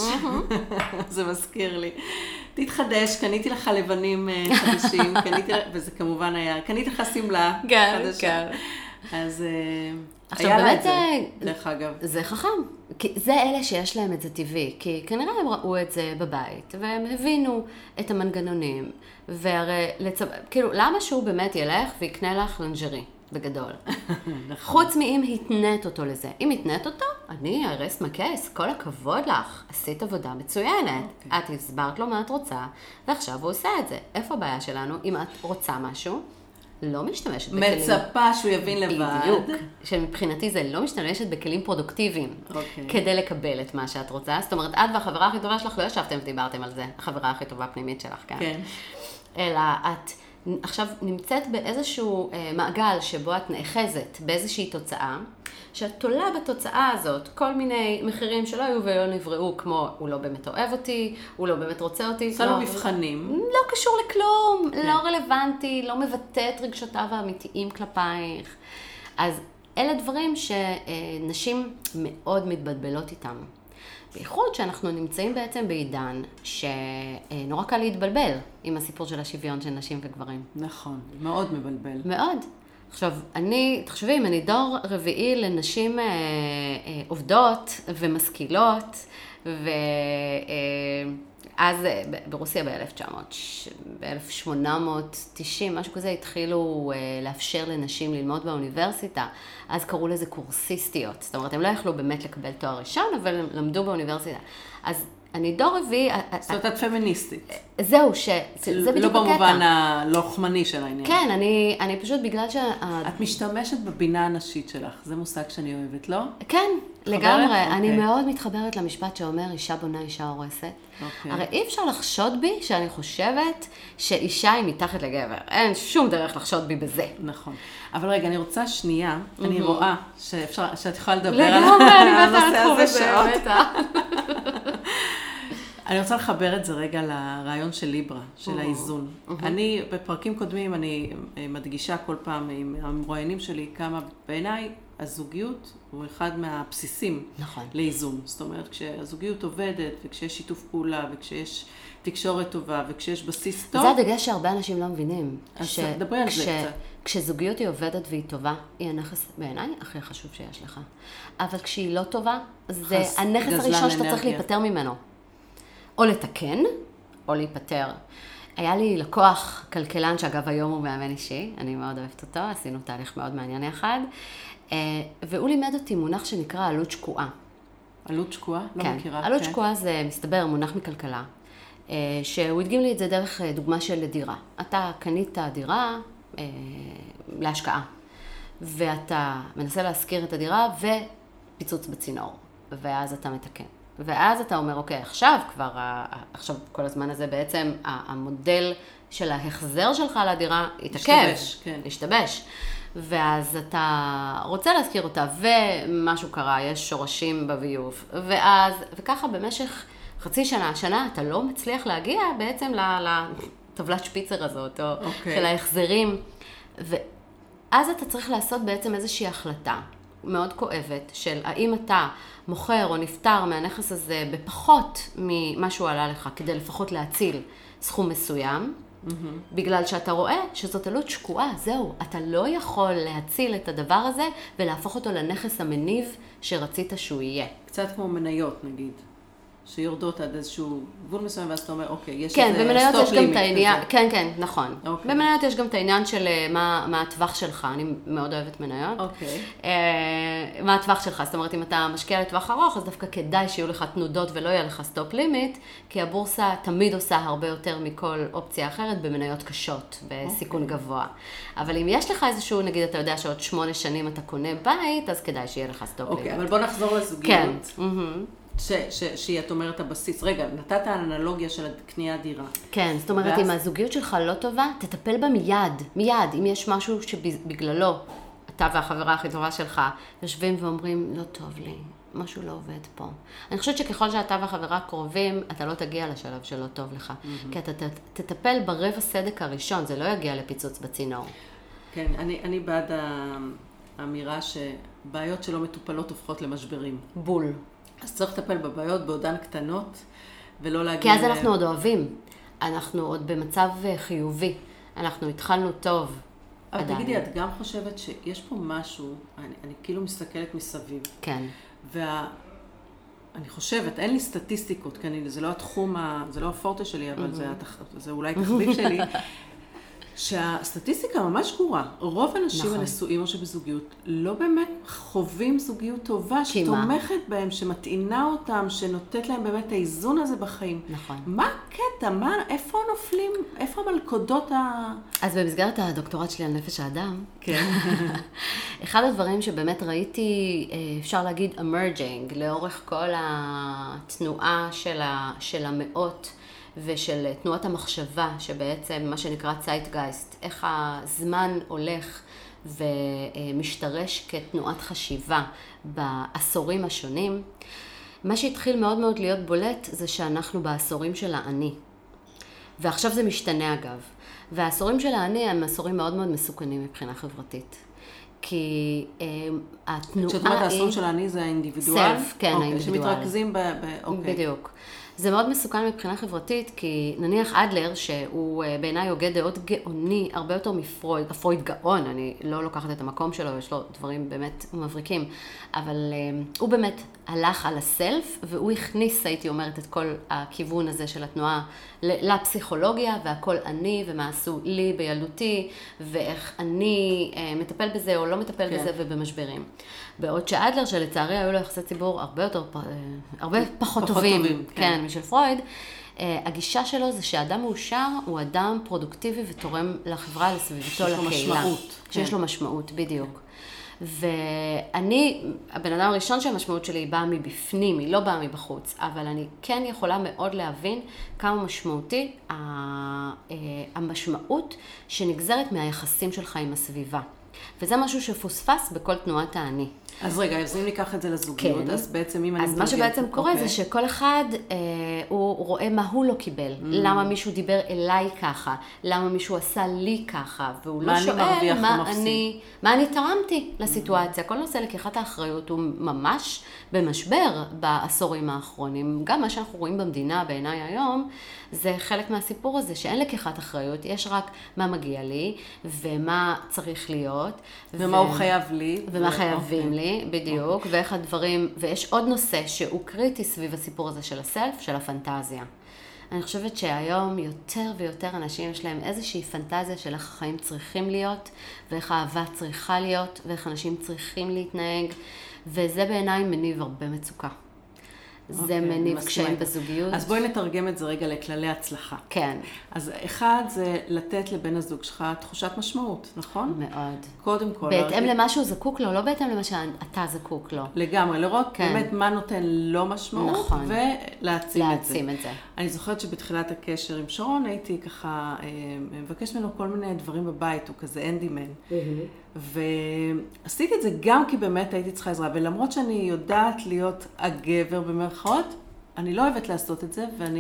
זה מזכיר לי. תתחדש, קניתי לך לבנים חדשים, וזה כמובן היה, קניתי לך סמלה חדשה. אז היה לה את זה, דרך אגב. זה חכם. זה אלה שיש להם את זה טבעי, כי כנראה הם ראו את זה בבית, והם הבינו את המנגנונים, והרי, כאילו, למה שהוא באמת ילך ויקנה לך לנג'רי? בגדול. חוץ מאם התנית אותו לזה. אם התנית אותו, אני ארס מקס, כל הכבוד לך, עשית עבודה מצוינת. את הסברת לו מה את רוצה, ועכשיו הוא עושה את זה. איפה הבעיה שלנו? אם את רוצה משהו, לא משתמשת בכלים... מצפה שהוא יבין לבד. בדיוק. שמבחינתי זה לא משתמשת בכלים פרודוקטיביים, כדי לקבל את מה שאת רוצה. זאת אומרת, את והחברה הכי טובה שלך לא ישבתם ודיברתם על זה, החברה הכי טובה פנימית שלך, כן? כן. אלא את... עכשיו נמצאת באיזשהו אה, מעגל שבו את נאחזת באיזושהי תוצאה, שאת תולה בתוצאה הזאת כל מיני מחירים שלא היו ולא נבראו, כמו הוא לא באמת אוהב אותי, הוא לא באמת רוצה אותי. עושה לו מבחנים. לא קשור לכלום, כן. לא רלוונטי, לא מבטא את רגשותיו האמיתיים כלפייך. אז אלה דברים שנשים מאוד מתבלבלות איתם. בייחוד שאנחנו נמצאים בעצם בעידן שנורא קל להתבלבל עם הסיפור של השוויון של נשים וגברים. נכון, מאוד מבלבל. מאוד. עכשיו, אני, תחשבי, אם אני דור רביעי לנשים אה, אה, עובדות ומשכילות, ואז אה, ברוסיה ב-אלף שמונה מאות תשעים, משהו כזה, התחילו אה, לאפשר לנשים ללמוד באוניברסיטה, אז קראו לזה קורסיסטיות. זאת אומרת, הם לא יכלו באמת לקבל תואר ראשון, אבל הם למדו באוניברסיטה. אז אני דור רביעי... זאת אומרת, את פמיניסטית. זהו, שזה בדיוק בקטע. לא במובן הלוחמני של העניין. כן, אני, אני פשוט בגלל ש... את משתמשת בבינה הנשית שלך, זה מושג שאני אוהבת, לא? כן, לגמרי. אני מאוד מתחברת למשפט שאומר, אישה בונה, אישה הורסת. הרי אי אפשר לחשוד בי שאני חושבת שאישה היא מתחת לגבר. אין שום דרך לחשוד בי בזה. נכון. אבל רגע, אני רוצה שנייה, אני רואה שאפשר, שאת יכולה לדבר על הנושא הזה שעות. אני רוצה לחבר את זה רגע לרעיון של ליברה, של האיזון. אני, בפרקים קודמים, אני מדגישה כל פעם עם המרואיינים שלי כמה בעיניי הזוגיות הוא אחד מהבסיסים לאיזון. זאת אומרת, כשהזוגיות עובדת וכשיש שיתוף פעולה וכשיש תקשורת טובה וכשיש בסיס טוב... זה הדגש שהרבה אנשים לא מבינים. אז דברי על זה קצת. כשזוגיות היא עובדת והיא טובה, היא הנכס בעיניי הכי חשוב שיש לך. אבל כשהיא לא טובה, זה הנכס הראשון שאתה צריך להיפטר ממנו. או לתקן, או להיפטר. היה לי לקוח כלכלן, שאגב היום הוא מאמן אישי, אני מאוד אוהבת אותו, עשינו תהליך מאוד מעניין יחד, והוא לימד אותי מונח שנקרא עלות שקועה. עלות שקועה? לא מכירה. עלות שקועה זה מסתבר מונח מכלכלה, שהוא הדגים לי את זה דרך דוגמה של דירה. אתה קנית דירה להשקעה, ואתה מנסה להשכיר את הדירה ופיצוץ בצינור, ואז אתה מתקן. ואז אתה אומר, אוקיי, עכשיו כבר, עכשיו כל הזמן הזה בעצם המודל של ההחזר שלך על הדירה יתעכב. ישתבש, כן. ישתבש. ואז אתה רוצה להזכיר אותה, ומשהו קרה, יש שורשים בביוב. ואז, וככה במשך חצי שנה, שנה, אתה לא מצליח להגיע בעצם לטבלת שפיצר הזאת, או okay. של ההחזרים. ואז אתה צריך לעשות בעצם איזושהי החלטה מאוד כואבת, של האם אתה מוכר או נפטר מהנכס הזה בפחות ממה שהוא עלה לך, כדי לפחות להציל סכום מסוים, mm-hmm. בגלל שאתה רואה שזאת עלות שקועה, זהו, אתה לא יכול להציל את הדבר הזה ולהפוך אותו לנכס המניב שרצית שהוא יהיה. קצת כמו מניות נגיד. שיורדות עד איזשהו גבול מסוים, ואז אתה אומר, אוקיי, יש כן, איזה במניות סטופ יש גם לימיט את העניין, כזה. כן, כן, נכון. אוקיי. במניות יש גם את העניין של מה, מה הטווח שלך, אני מאוד אוהבת מניות. אוקיי. אה, מה הטווח שלך, זאת אומרת, אם אתה משקיע לטווח ארוך, אז דווקא כדאי שיהיו לך תנודות ולא יהיה לך סטופ לימיט, כי הבורסה תמיד עושה הרבה יותר מכל אופציה אחרת במניות קשות, בסיכון אוקיי. גבוה. אבל אם יש לך איזשהו, נגיד, אתה יודע שעוד שמונה שנים אתה קונה בית, אז כדאי שיהיה לך סטופ לימיט. אוקיי, אבל בוא נחזור לזוגיות. כן. Mm-hmm. ש, ש, שהיא, את אומרת, הבסיס. רגע, נתת האנלוגיה של קניית דירה. כן, זאת אומרת, ואז... אם הזוגיות שלך לא טובה, תטפל בה מיד, מיד. אם יש משהו שבגללו, אתה והחברה הכי טובה שלך, יושבים ואומרים, לא טוב לי, משהו לא עובד פה. אני חושבת שככל שאתה והחברה קרובים, אתה לא תגיע לשלב שלא טוב לך. Mm-hmm. כי אתה ת, תטפל ברבע סדק הראשון, זה לא יגיע לפיצוץ בצינור. כן, אני, אני בעד האמירה שבעיות שלא מטופלות הופכות למשברים. בול. אז צריך לטפל בבעיות בעודן קטנות, ולא להגיד... כי אז אנחנו עוד אוהבים. אנחנו עוד במצב חיובי. אנחנו התחלנו טוב. אבל עדיין. תגידי, את גם חושבת שיש פה משהו, אני, אני כאילו מסתכלת מסביב. כן. וה... אני חושבת, אין לי סטטיסטיקות, כי אני, זה לא התחום, ה, זה לא הפורטה שלי, אבל זה, התח, זה אולי תחביב שלי. שהסטטיסטיקה ממש גרועה. רוב האנשים נכון. הנשואים או שבזוגיות לא באמת חווים זוגיות טובה, שתומכת בהם, שמתעינה אותם, שנותנת להם באמת האיזון הזה בחיים. נכון. מה הקטע? מה, איפה נופלים? איפה המלכודות ה... אז במסגרת הדוקטורט שלי על נפש האדם, כן. אחד הדברים שבאמת ראיתי, אפשר להגיד emerging, לאורך כל התנועה של, ה, של המאות, ושל תנועת המחשבה, שבעצם מה שנקרא צייטגייסט, איך הזמן הולך ומשתרש כתנועת חשיבה בעשורים השונים, מה שהתחיל מאוד מאוד להיות בולט זה שאנחנו בעשורים של האני. ועכשיו זה משתנה אגב. והעשורים של האני הם עשורים מאוד מאוד מסוכנים מבחינה חברתית. כי התנועה היא... זאת אומרת, העשורים של האני זה האינדיבידואל? סלף, כן, האינדיבידואל. שמתרכזים ב... אוקיי. בדיוק. זה מאוד מסוכן מבחינה חברתית, כי נניח אדלר, שהוא בעיניי הוגה דעות גאוני, הרבה יותר מפרויד, הפרויד גאון, אני לא לוקחת את המקום שלו, יש לו דברים באמת מבריקים, אבל um, הוא באמת הלך על הסלף, והוא הכניס, הייתי אומרת, את כל הכיוון הזה של התנועה לפסיכולוגיה, והכל אני, ומה עשו לי בילדותי, ואיך אני uh, מטפל בזה או לא מטפל כן. בזה, ובמשברים. בעוד שאדלר, שלצערי היו לו יחסי ציבור הרבה יותר, הרבה פחות, פחות טובים, טובים כן. כן, משל פרויד, הגישה שלו זה שהאדם מאושר הוא אדם פרודוקטיבי ותורם לחברה, לסביבתו, לקהילה. שיש לו משמעות. שיש לו משמעות, בדיוק. ואני, הבן אדם הראשון שהמשמעות שלי היא באה מבפנים, היא לא באה מבחוץ, אבל אני כן יכולה מאוד להבין כמה משמעותי המשמעות שנגזרת מהיחסים שלך עם הסביבה. וזה משהו שפוספס בכל תנועת האני. אז רגע, אז אם ניקח את זה לזוגיות, כן. אז בעצם אם אני... אז מה שבעצם קורה אוקיי. זה שכל אחד, אה, הוא רואה מה הוא לא קיבל. Mm. למה מישהו דיבר אליי ככה? למה מישהו עשה לי ככה? והוא לא שואל מה אני, מה אני תרמתי לסיטואציה. Mm. כל נושא לקיחת האחריות הוא ממש במשבר בעשורים האחרונים. גם מה שאנחנו רואים במדינה בעיניי היום, זה חלק מהסיפור הזה, שאין לקיחת אחריות, יש רק מה מגיע לי, ומה צריך להיות. ומה ו... הוא חייב לי. ומה ו... חייבים okay. לי, בדיוק, okay. ואיך הדברים, ויש עוד נושא שהוא קריטי סביב הסיפור הזה של הסלף, של הפנטזיה. אני חושבת שהיום יותר ויותר אנשים יש להם איזושהי פנטזיה של איך החיים צריכים להיות, ואיך האהבה צריכה להיות, ואיך אנשים צריכים להתנהג, וזה בעיניי מניב הרבה מצוקה. זה מניב קשיים בזוגיות. אז בואי נתרגם את זה רגע לכללי הצלחה. כן. אז אחד זה לתת לבן הזוג שלך תחושת משמעות, נכון? מאוד. קודם כל. בהתאם למה שהוא זקוק לו, לא בהתאם למה שאתה זקוק לו. לגמרי, לראות באמת מה נותן לו משמעות, נכון. ולהעצים את זה. להעצים את זה. אני זוכרת שבתחילת הקשר עם שרון הייתי ככה, מבקשת ממנו כל מיני דברים בבית, הוא כזה אנדימן. ועשיתי את זה גם כי באמת הייתי צריכה עזרה, ולמרות שאני יודעת להיות הגבר במרכאות, אני לא אוהבת לעשות את זה, ואני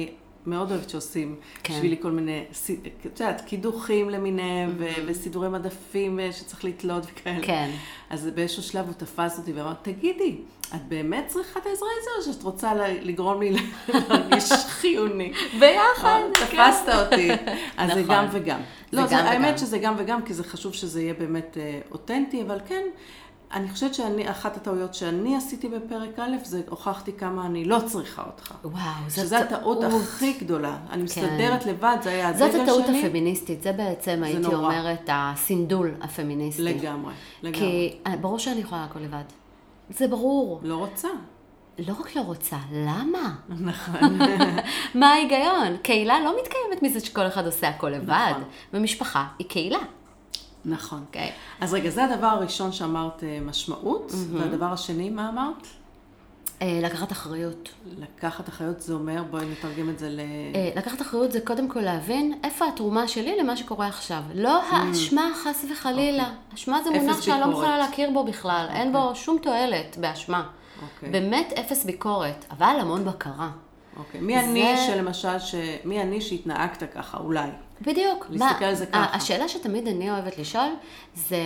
מאוד אוהבת שעושים כן. בשבילי כל מיני, את יודעת, קידוחים למיניהם, mm-hmm. וסידורי מדפים שצריך לתלות וכאלה. כן. אז באיזשהו שלב הוא תפס אותי ואמר, תגידי, את באמת צריכה את העזרה הזו, או שאת רוצה לגרום לי להרגיש חיוני? ביחד. תפסת אותי. אז זה גם וגם. לא, גם האמת וגם. שזה גם וגם, כי זה חשוב שזה יהיה באמת אותנטי, אבל כן, אני חושבת שאחת הטעויות שאני עשיתי בפרק א', זה הוכחתי כמה אני לא צריכה אותך. וואו, זאת הטעות הכי גדולה. אני מסתדרת לבד, זה היה הדגל שלי. זאת הטעות הפמיניסטית, זה בעצם הייתי אומרת הסינדול הפמיניסטי. לגמרי, לגמרי. כי ברור שאני יכולה הכל לבד. זה ברור. לא רוצה. לא רק לא רוצה, למה? נכון. מה ההיגיון? קהילה לא מתקיימת מזה שכל אחד עושה הכל לבד. ומשפחה היא קהילה. נכון. Okay. אז רגע, זה הדבר הראשון שאמרת משמעות, mm-hmm. והדבר השני, מה אמרת? לקחת אחריות. לקחת אחריות זה אומר, בואי נתרגם את זה ל... לקחת אחריות זה קודם כל להבין איפה התרומה שלי למה שקורה עכשיו. לא האשמה חס וחלילה. אשמה זה מונח שאני לא מוכנה להכיר בו בכלל. אין בו שום תועלת באשמה. באמת אפס ביקורת, אבל המון בקרה. אוקיי. מי אני שלמשל, מי אני שהתנהגת ככה, אולי? בדיוק. להסתכל על זה ככה. השאלה שתמיד אני אוהבת לשאול זה...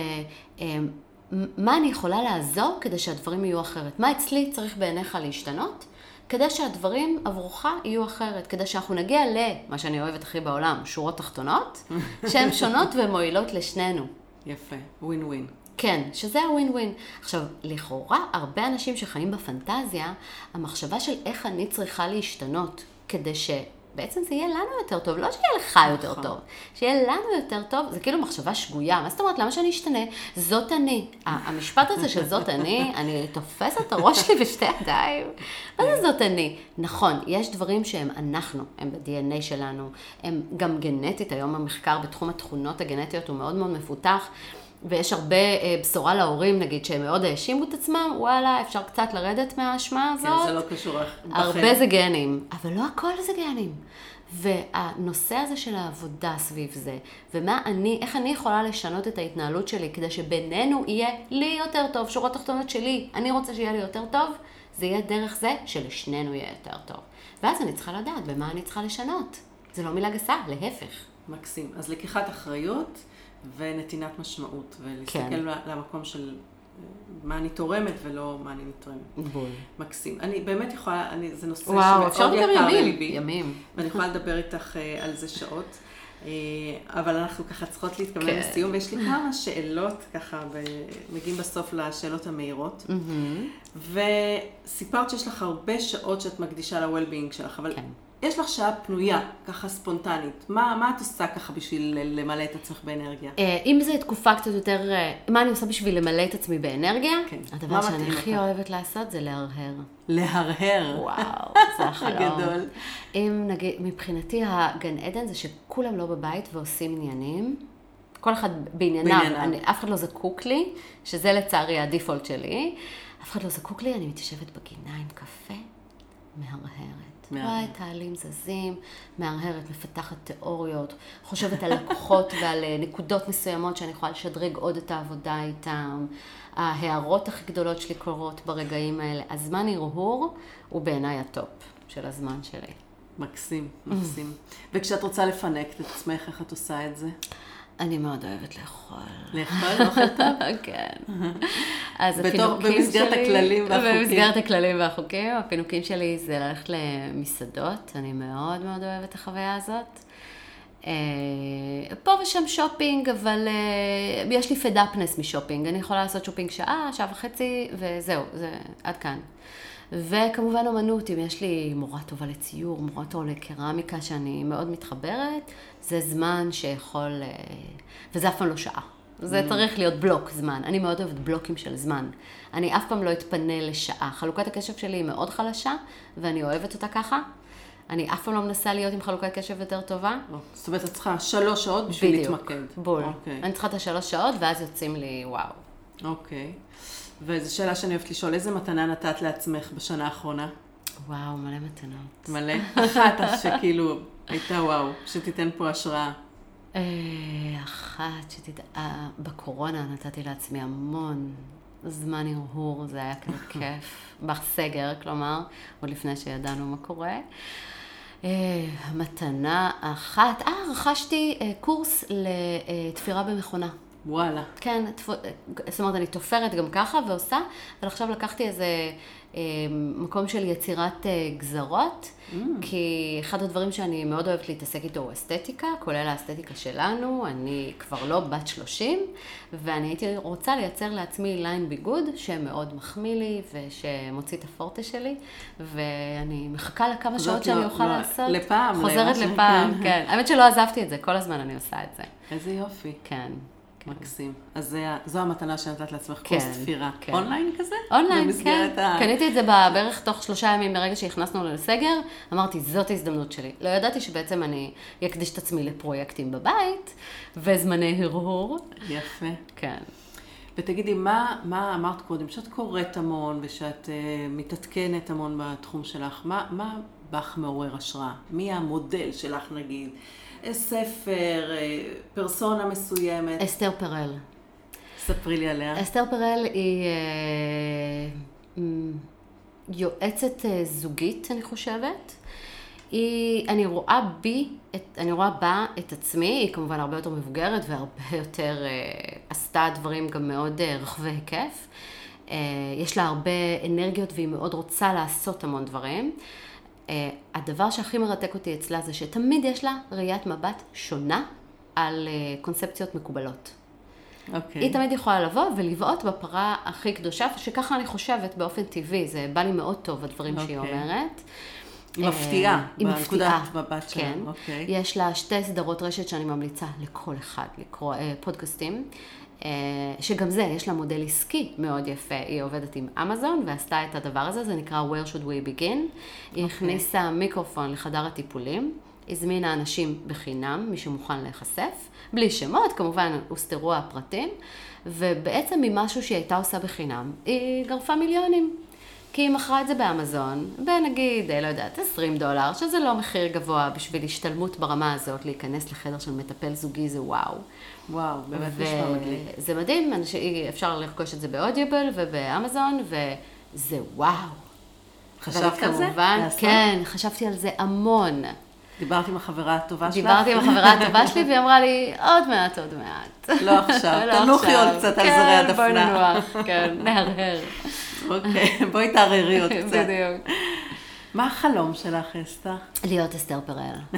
מה אני יכולה לעזור כדי שהדברים יהיו אחרת? מה אצלי צריך בעיניך להשתנות? כדי שהדברים עבורך יהיו אחרת, כדי שאנחנו נגיע למה שאני אוהבת הכי בעולם, שורות תחתונות, שהן שונות ומועילות לשנינו. יפה, ווין ווין. כן, שזה הווין ווין. עכשיו, לכאורה, הרבה אנשים שחיים בפנטזיה, המחשבה של איך אני צריכה להשתנות, כדי ש... בעצם זה יהיה לנו יותר טוב, לא שיהיה לך יותר טוב, שיהיה לנו יותר טוב, זה כאילו מחשבה שגויה. מה זאת אומרת, למה שאני אשתנה? זאת אני. המשפט הזה של זאת אני, אני תופסת את הראש שלי בשתי ידיים. מה זה זאת אני? נכון, יש דברים שהם אנחנו, הם ב-די אן איי שלנו, הם גם גנטית, היום המחקר בתחום התכונות הגנטיות הוא מאוד מאוד מפותח, ויש הרבה בשורה להורים, נגיד, שהם מאוד האשימו את עצמם, וואלה, אפשר קצת לרדת מהאשמה הזאת. כן, זה לא קשור. הרבה זה גנים, אבל לא הכל זה גנים. והנושא הזה של העבודה סביב זה, ומה אני, איך אני יכולה לשנות את ההתנהלות שלי, כדי שבינינו יהיה לי יותר טוב, שורות תחתונות שלי, אני רוצה שיהיה לי יותר טוב, זה יהיה דרך זה שלשנינו יהיה יותר טוב. ואז אני צריכה לדעת במה אני צריכה לשנות. זה לא מילה גסה, להפך. מקסים. אז לקיחת אחריות, ונתינת משמעות, ולהסתכל כן. למקום של מה אני תורמת ולא מה אני נתרמת. בול. מקסים. אני באמת יכולה, אני, זה נושא וואו, שמאוד יקר לליבי. ימים. ואני יכולה לדבר איתך uh, על זה שעות. Uh, אבל אנחנו ככה צריכות להתכוון כן. לסיום, ויש לי כמה שאלות ככה, מגיעים בסוף לשאלות המהירות. Mm-hmm. וסיפרת שיש לך הרבה שעות שאת מקדישה ל-well-being שלך, אבל... כן. יש לך שעה פנויה, ככה ספונטנית. מה, מה את עושה ככה בשביל למלא את עצמך באנרגיה? אם זה תקופה קצת יותר, מה אני עושה בשביל למלא את עצמי באנרגיה? כן. הדבר שאני הכי אוהבת לעשות זה להרהר. להרהר? וואו, זה החלום. גדול. אם נגיד, מבחינתי הגן עדן זה שכולם לא בבית ועושים עניינים. כל אחד בענייניו. אני, אף אחד לא זקוק לי, שזה לצערי הדיפולט שלי. אף אחד לא זקוק לי, אני מתיישבת בגינה עם קפה, מהרהרת. רואה את העלים זזים, מהרהרת, מפתחת תיאוריות, חושבת על לקוחות ועל נקודות מסוימות שאני יכולה לשדרג עוד את העבודה איתם. ההערות הכי גדולות שלי קורות ברגעים האלה. הזמן הרהור הוא בעיניי הטופ של הזמן שלי. מקסים, מקסים. וכשאת רוצה לפנק את עצמך, איך את עושה את זה? אני מאוד אוהבת לאכול. לאכול? אוכל טוב? כן. אז הפינוקים שלי... במסגרת הכללים והחוקים. במסגרת הכללים והחוקים. הפינוקים שלי זה ללכת למסעדות. אני מאוד מאוד אוהבת את החוויה הזאת. פה ושם שופינג, אבל יש לי פדאפנס משופינג. אני יכולה לעשות שופינג שעה, שעה וחצי, וזהו, זה עד כאן. וכמובן אומנות, אם יש לי מורה טובה לציור, מורה טובה לקרמיקה שאני מאוד מתחברת, זה זמן שיכול, וזה אף פעם לא שעה. זה צריך להיות בלוק זמן. אני מאוד אוהבת בלוקים של זמן. אני אף פעם לא אתפנה לשעה. חלוקת הקשב שלי היא מאוד חלשה, ואני אוהבת אותה ככה. אני אף פעם לא מנסה להיות עם חלוקת קשב יותר טובה. זאת אומרת, את צריכה שלוש שעות בשביל להתמקד. בדיוק, בול. אני צריכה את השלוש שעות, ואז יוצאים לי וואו. אוקיי. וזו שאלה שאני אוהבת לשאול, איזה מתנה נתת לעצמך בשנה האחרונה? וואו, מלא מתנות. מלא? אחת שכאילו הייתה וואו, שתיתן פה השראה. אחת שתיתן... בקורונה נתתי לעצמי המון זמן הרהור, זה היה כזה כיף. בסגר, כלומר, עוד לפני שידענו מה קורה. המתנה אחת, אה, רכשתי קורס לתפירה במכונה. וואלה. כן, זאת אומרת, אני תופרת גם ככה ועושה, אבל עכשיו לקחתי איזה מקום של יצירת גזרות, mm. כי אחד הדברים שאני מאוד אוהבת להתעסק איתו הוא אסתטיקה, כולל האסתטיקה שלנו. אני כבר לא בת שלושים, ואני הייתי רוצה לייצר לעצמי ליין ביגוד שמאוד מחמיא לי ושמוציא את הפורטה שלי, ואני מחכה לכמה שעות שאני אוכל לא, לעשות. לפעם. חוזרת לפעם, כן. האמת שלא עזבתי את זה, כל הזמן אני עושה את זה. איזה יופי. כן. מקסים. אז זו המתנה שנתת לעצמך כן, קורס תפירה. כן. אונליין כזה? אונליין, כן. ה... קניתי את זה בערך תוך שלושה ימים ברגע שהכנסנו לסגר. אמרתי, זאת ההזדמנות שלי. לא ידעתי שבעצם אני אקדיש את עצמי לפרויקטים בבית, וזמני הרהור. יפה. כן. ותגידי, מה, מה אמרת קודם? שאת קוראת המון ושאת uh, מתעדכנת המון בתחום שלך. מה, מה בך מעורר השראה? מי המודל שלך נגיד? ספר, פרסונה מסוימת. אסתר פרל. ספרי לי עליה. אסתר פרל היא אה, יועצת זוגית, אני חושבת. היא, אני רואה בי, את, אני רואה בה את עצמי, היא כמובן הרבה יותר מבוגרת והרבה יותר אה, עשתה דברים גם מאוד אה, רחבי היקף. אה, יש לה הרבה אנרגיות והיא מאוד רוצה לעשות המון דברים. Uh, הדבר שהכי מרתק אותי אצלה זה שתמיד יש לה ראיית מבט שונה על uh, קונספציות מקובלות. Okay. היא תמיד יכולה לבוא ולבעוט בפרה הכי קדושה, שככה אני חושבת באופן טבעי, זה בא לי מאוד טוב הדברים okay. שהיא אומרת. היא מפתיעה, היא בנקודת מבט שלה. כן. Okay. יש לה שתי סדרות רשת שאני ממליצה לכל אחד לקרוא uh, פודקאסטים. שגם זה, יש לה מודל עסקי מאוד יפה. היא עובדת עם אמזון ועשתה את הדבר הזה, זה נקרא Where Should We Begin. היא הכניסה מיקרופון לחדר הטיפולים, הזמינה אנשים בחינם, מי שמוכן להיחשף, בלי שמות, כמובן הוסתרו הפרטים, ובעצם ממשהו שהיא הייתה עושה בחינם, היא גרפה מיליונים. כי היא מכרה את זה באמזון, בנגיד, לא יודעת, עשרים דולר, שזה לא מחיר גבוה בשביל השתלמות ברמה הזאת, להיכנס לחדר של מטפל זוגי, זה וואו. וואו, באמת נשמע מדליק. זה מדהים, אפשר לרכוש את זה באודיבל ובאמזון, וזה וואו. חשבת על זה? כן, חשבתי על זה המון. דיברתי עם החברה הטובה שלך? דיברתי עם החברה הטובה שלי, והיא אמרה לי, עוד מעט, עוד מעט. לא עכשיו, תנוחי עוד קצת על זרי הדפנה. כן, בואי ננוח, כן, נהרהר. אוקיי, בואי תערערי עוד קצת. בדיוק. מה החלום שלך, אסתר? להיות אסתר פרל.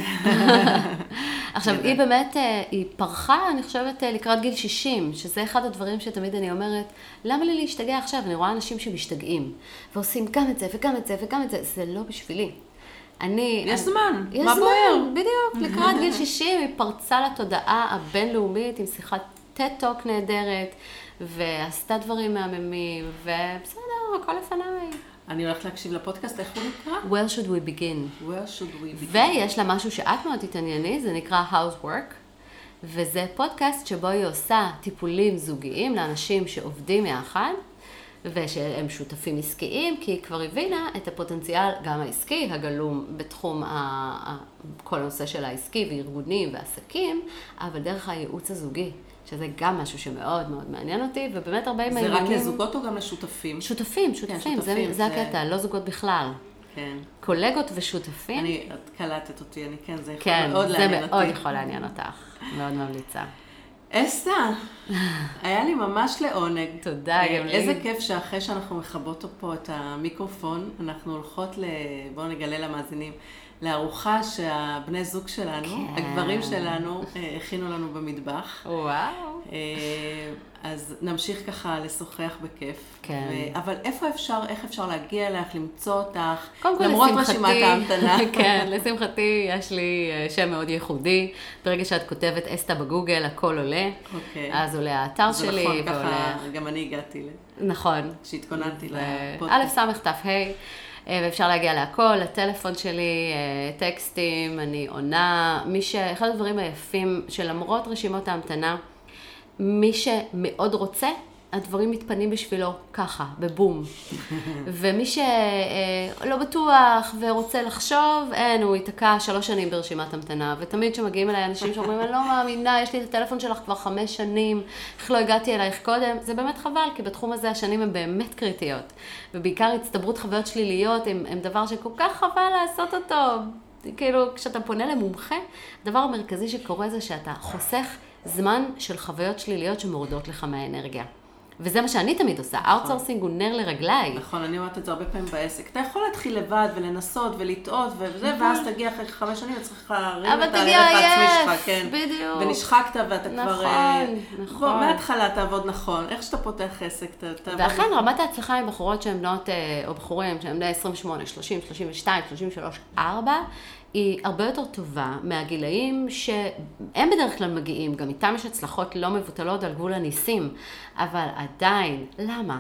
עכשיו, היא באמת, היא פרחה, אני חושבת, לקראת גיל שישים, שזה אחד הדברים שתמיד אני אומרת, למה לי להשתגע עכשיו? אני רואה אנשים שמשתגעים, ועושים גם את זה, וגם את זה, וגם את זה. זה לא בשבילי. אני... יש זמן, יש מה בוער? בדיוק, לקראת גיל שישים, היא פרצה לתודעה הבינלאומית עם שיחת טד-טוק נהדרת, ועשתה דברים מהממים, ובסדר, הכל לפניי. אני הולכת להקשיב לפודקאסט, איך הוא נקרא? Where should we begin? Where should we begin? ויש לה משהו שאת מאוד תתענייני, זה נקרא Housework, וזה פודקאסט שבו היא עושה טיפולים זוגיים לאנשים שעובדים יחד, ושהם שותפים עסקיים, כי היא כבר הבינה את הפוטנציאל גם העסקי, הגלום בתחום ה- כל הנושא של העסקי וארגונים ועסקים, אבל דרך הייעוץ הזוגי. שזה גם משהו שמאוד מאוד מעניין אותי, ובאמת הרבה זה מעניינים... רק לזוגות או גם לשותפים? שותפים, שותפים, כן, שותפים זה, זה הקטע, לא זוגות בכלל. כן. קולגות ושותפים. אני, את קלטת אותי, אני כן, זה יכול כן, מאוד לעניין אותי. כן, זה מאוד יכול לעניין אותך, מאוד ממליצה. אסתר, היה לי ממש לעונג. תודה, גם לי. איזה כיף שאחרי שאנחנו מכבות פה את המיקרופון, אנחנו הולכות ל... בואו נגלה למאזינים. לארוחה שהבני זוג שלנו, כן. הגברים שלנו, הכינו לנו במטבח. וואו. אז נמשיך ככה לשוחח בכיף. כן. ו... אבל איפה אפשר, איך אפשר להגיע אליך, למצוא אותך? קודם כל, למרות לשמחתי, רשימת ההמתנה. כן, לשמחתי יש לי שם מאוד ייחודי. ברגע שאת כותבת אסתא בגוגל, הכל עולה. אוקיי. אז עולה האתר זה שלי. נכון, ועולה... ככה גם אני הגעתי ל... נכון. כשהתכוננתי ו... לפודקאסט. א', ס', ת', ה'. ואפשר להגיע להכל, לטלפון שלי, טקסטים, אני עונה, מי ש... אחד הדברים היפים שלמרות רשימות ההמתנה, מי שמאוד רוצה, הדברים מתפנים בשבילו ככה, בבום. ומי שלא בטוח ורוצה לחשוב, אין, הוא ייתקע שלוש שנים ברשימת המתנה. ותמיד שמגיעים אליי אנשים שאומרים, אני לא מאמינה, יש לי את הטלפון שלך כבר חמש שנים, איך לא הגעתי אלייך קודם? זה באמת חבל, כי בתחום הזה השנים הן באמת קריטיות. ובעיקר הצטברות חוויות שליליות הם, הם דבר שכל כך חבל לעשות אותו כאילו, כשאתה פונה למומחה, הדבר המרכזי שקורה זה שאתה חוסך זמן של חוויות שליליות שמורדות לך מהאנרגיה. וזה מה שאני תמיד עושה, אאוטסורסינג הוא נר לרגליי. נכון, אני אומרת את זה הרבה פעמים בעסק. אתה יכול להתחיל לבד ולנסות ולטעות וזה, ואז תגיע אחרי חמש שנים וצריך להרים את הערך העצמי שלך, כן. בדיוק. ונשחקת ואתה כבר... נכון, נכון. מההתחלה תעבוד נכון, איך שאתה פותח עסק, תעבוד... ואכן, רמת ההצלחה עם בחורות שהן בנות, או בחורים שהן בני עשרים ושמונה, שלושים, שלושים ושתיים, שלושים ושלוש, ארבע, היא הרבה יותר טובה מהגילאים שהם בדרך כלל מגיעים, גם איתם יש הצלחות לא מבוטלות על גבול הניסים, אבל עדיין, למה?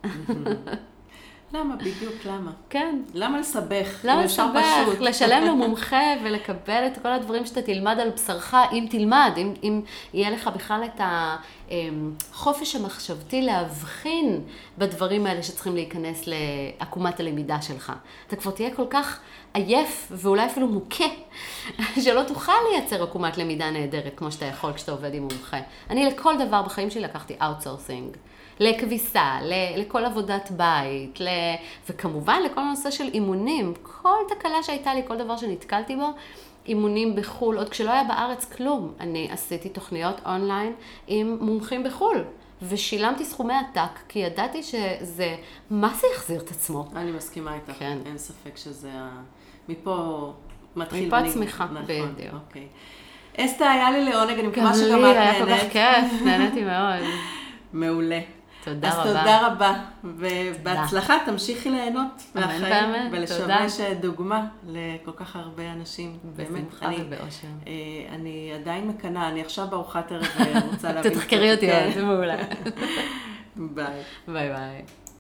למה? בדיוק, למה? כן. למה לסבך? למה לסבך? לשלם למומחה ולקבל את כל הדברים שאתה תלמד על בשרך, אם תלמד, אם, אם יהיה לך בכלל את החופש המחשבתי להבחין בדברים האלה שצריכים להיכנס לעקומת הלמידה שלך. אתה כבר תהיה כל כך עייף ואולי אפילו מוכה, שלא תוכל לייצר עקומת למידה נהדרת כמו שאתה יכול כשאתה עובד עם מומחה. אני לכל דבר בחיים שלי לקחתי אאוטסורסינג. לכביסה, לכל עבודת בית, וכמובן לכל הנושא של אימונים. כל תקלה שהייתה לי, כל דבר שנתקלתי בו, אימונים בחול, עוד כשלא היה בארץ כלום. אני עשיתי תוכניות אונליין עם מומחים בחול, ושילמתי סכומי עתק, כי ידעתי שזה, מה זה יחזיר את עצמו? אני מסכימה איתך, כן. אין ספק שזה, מפה מתחיל... מפה צמיחה, בדיוק. אוקיי. אסתה, היה לי לעונג, אני מקווה שגם את נהנית. היה כל כך נהנית. כיף, נהניתי מאוד. מעולה. תודה אז רבה. אז תודה רבה, ובהצלחה תמשיכי ליהנות מהחיים, באמת, ולשמש דוגמה לכל כך הרבה אנשים. בשמחה ובאושר. אני עדיין מקנה, אני עכשיו בארוחת ערב רוצה להבין. תתחקרי אותי, זה מעולה. ביי. ביי ביי.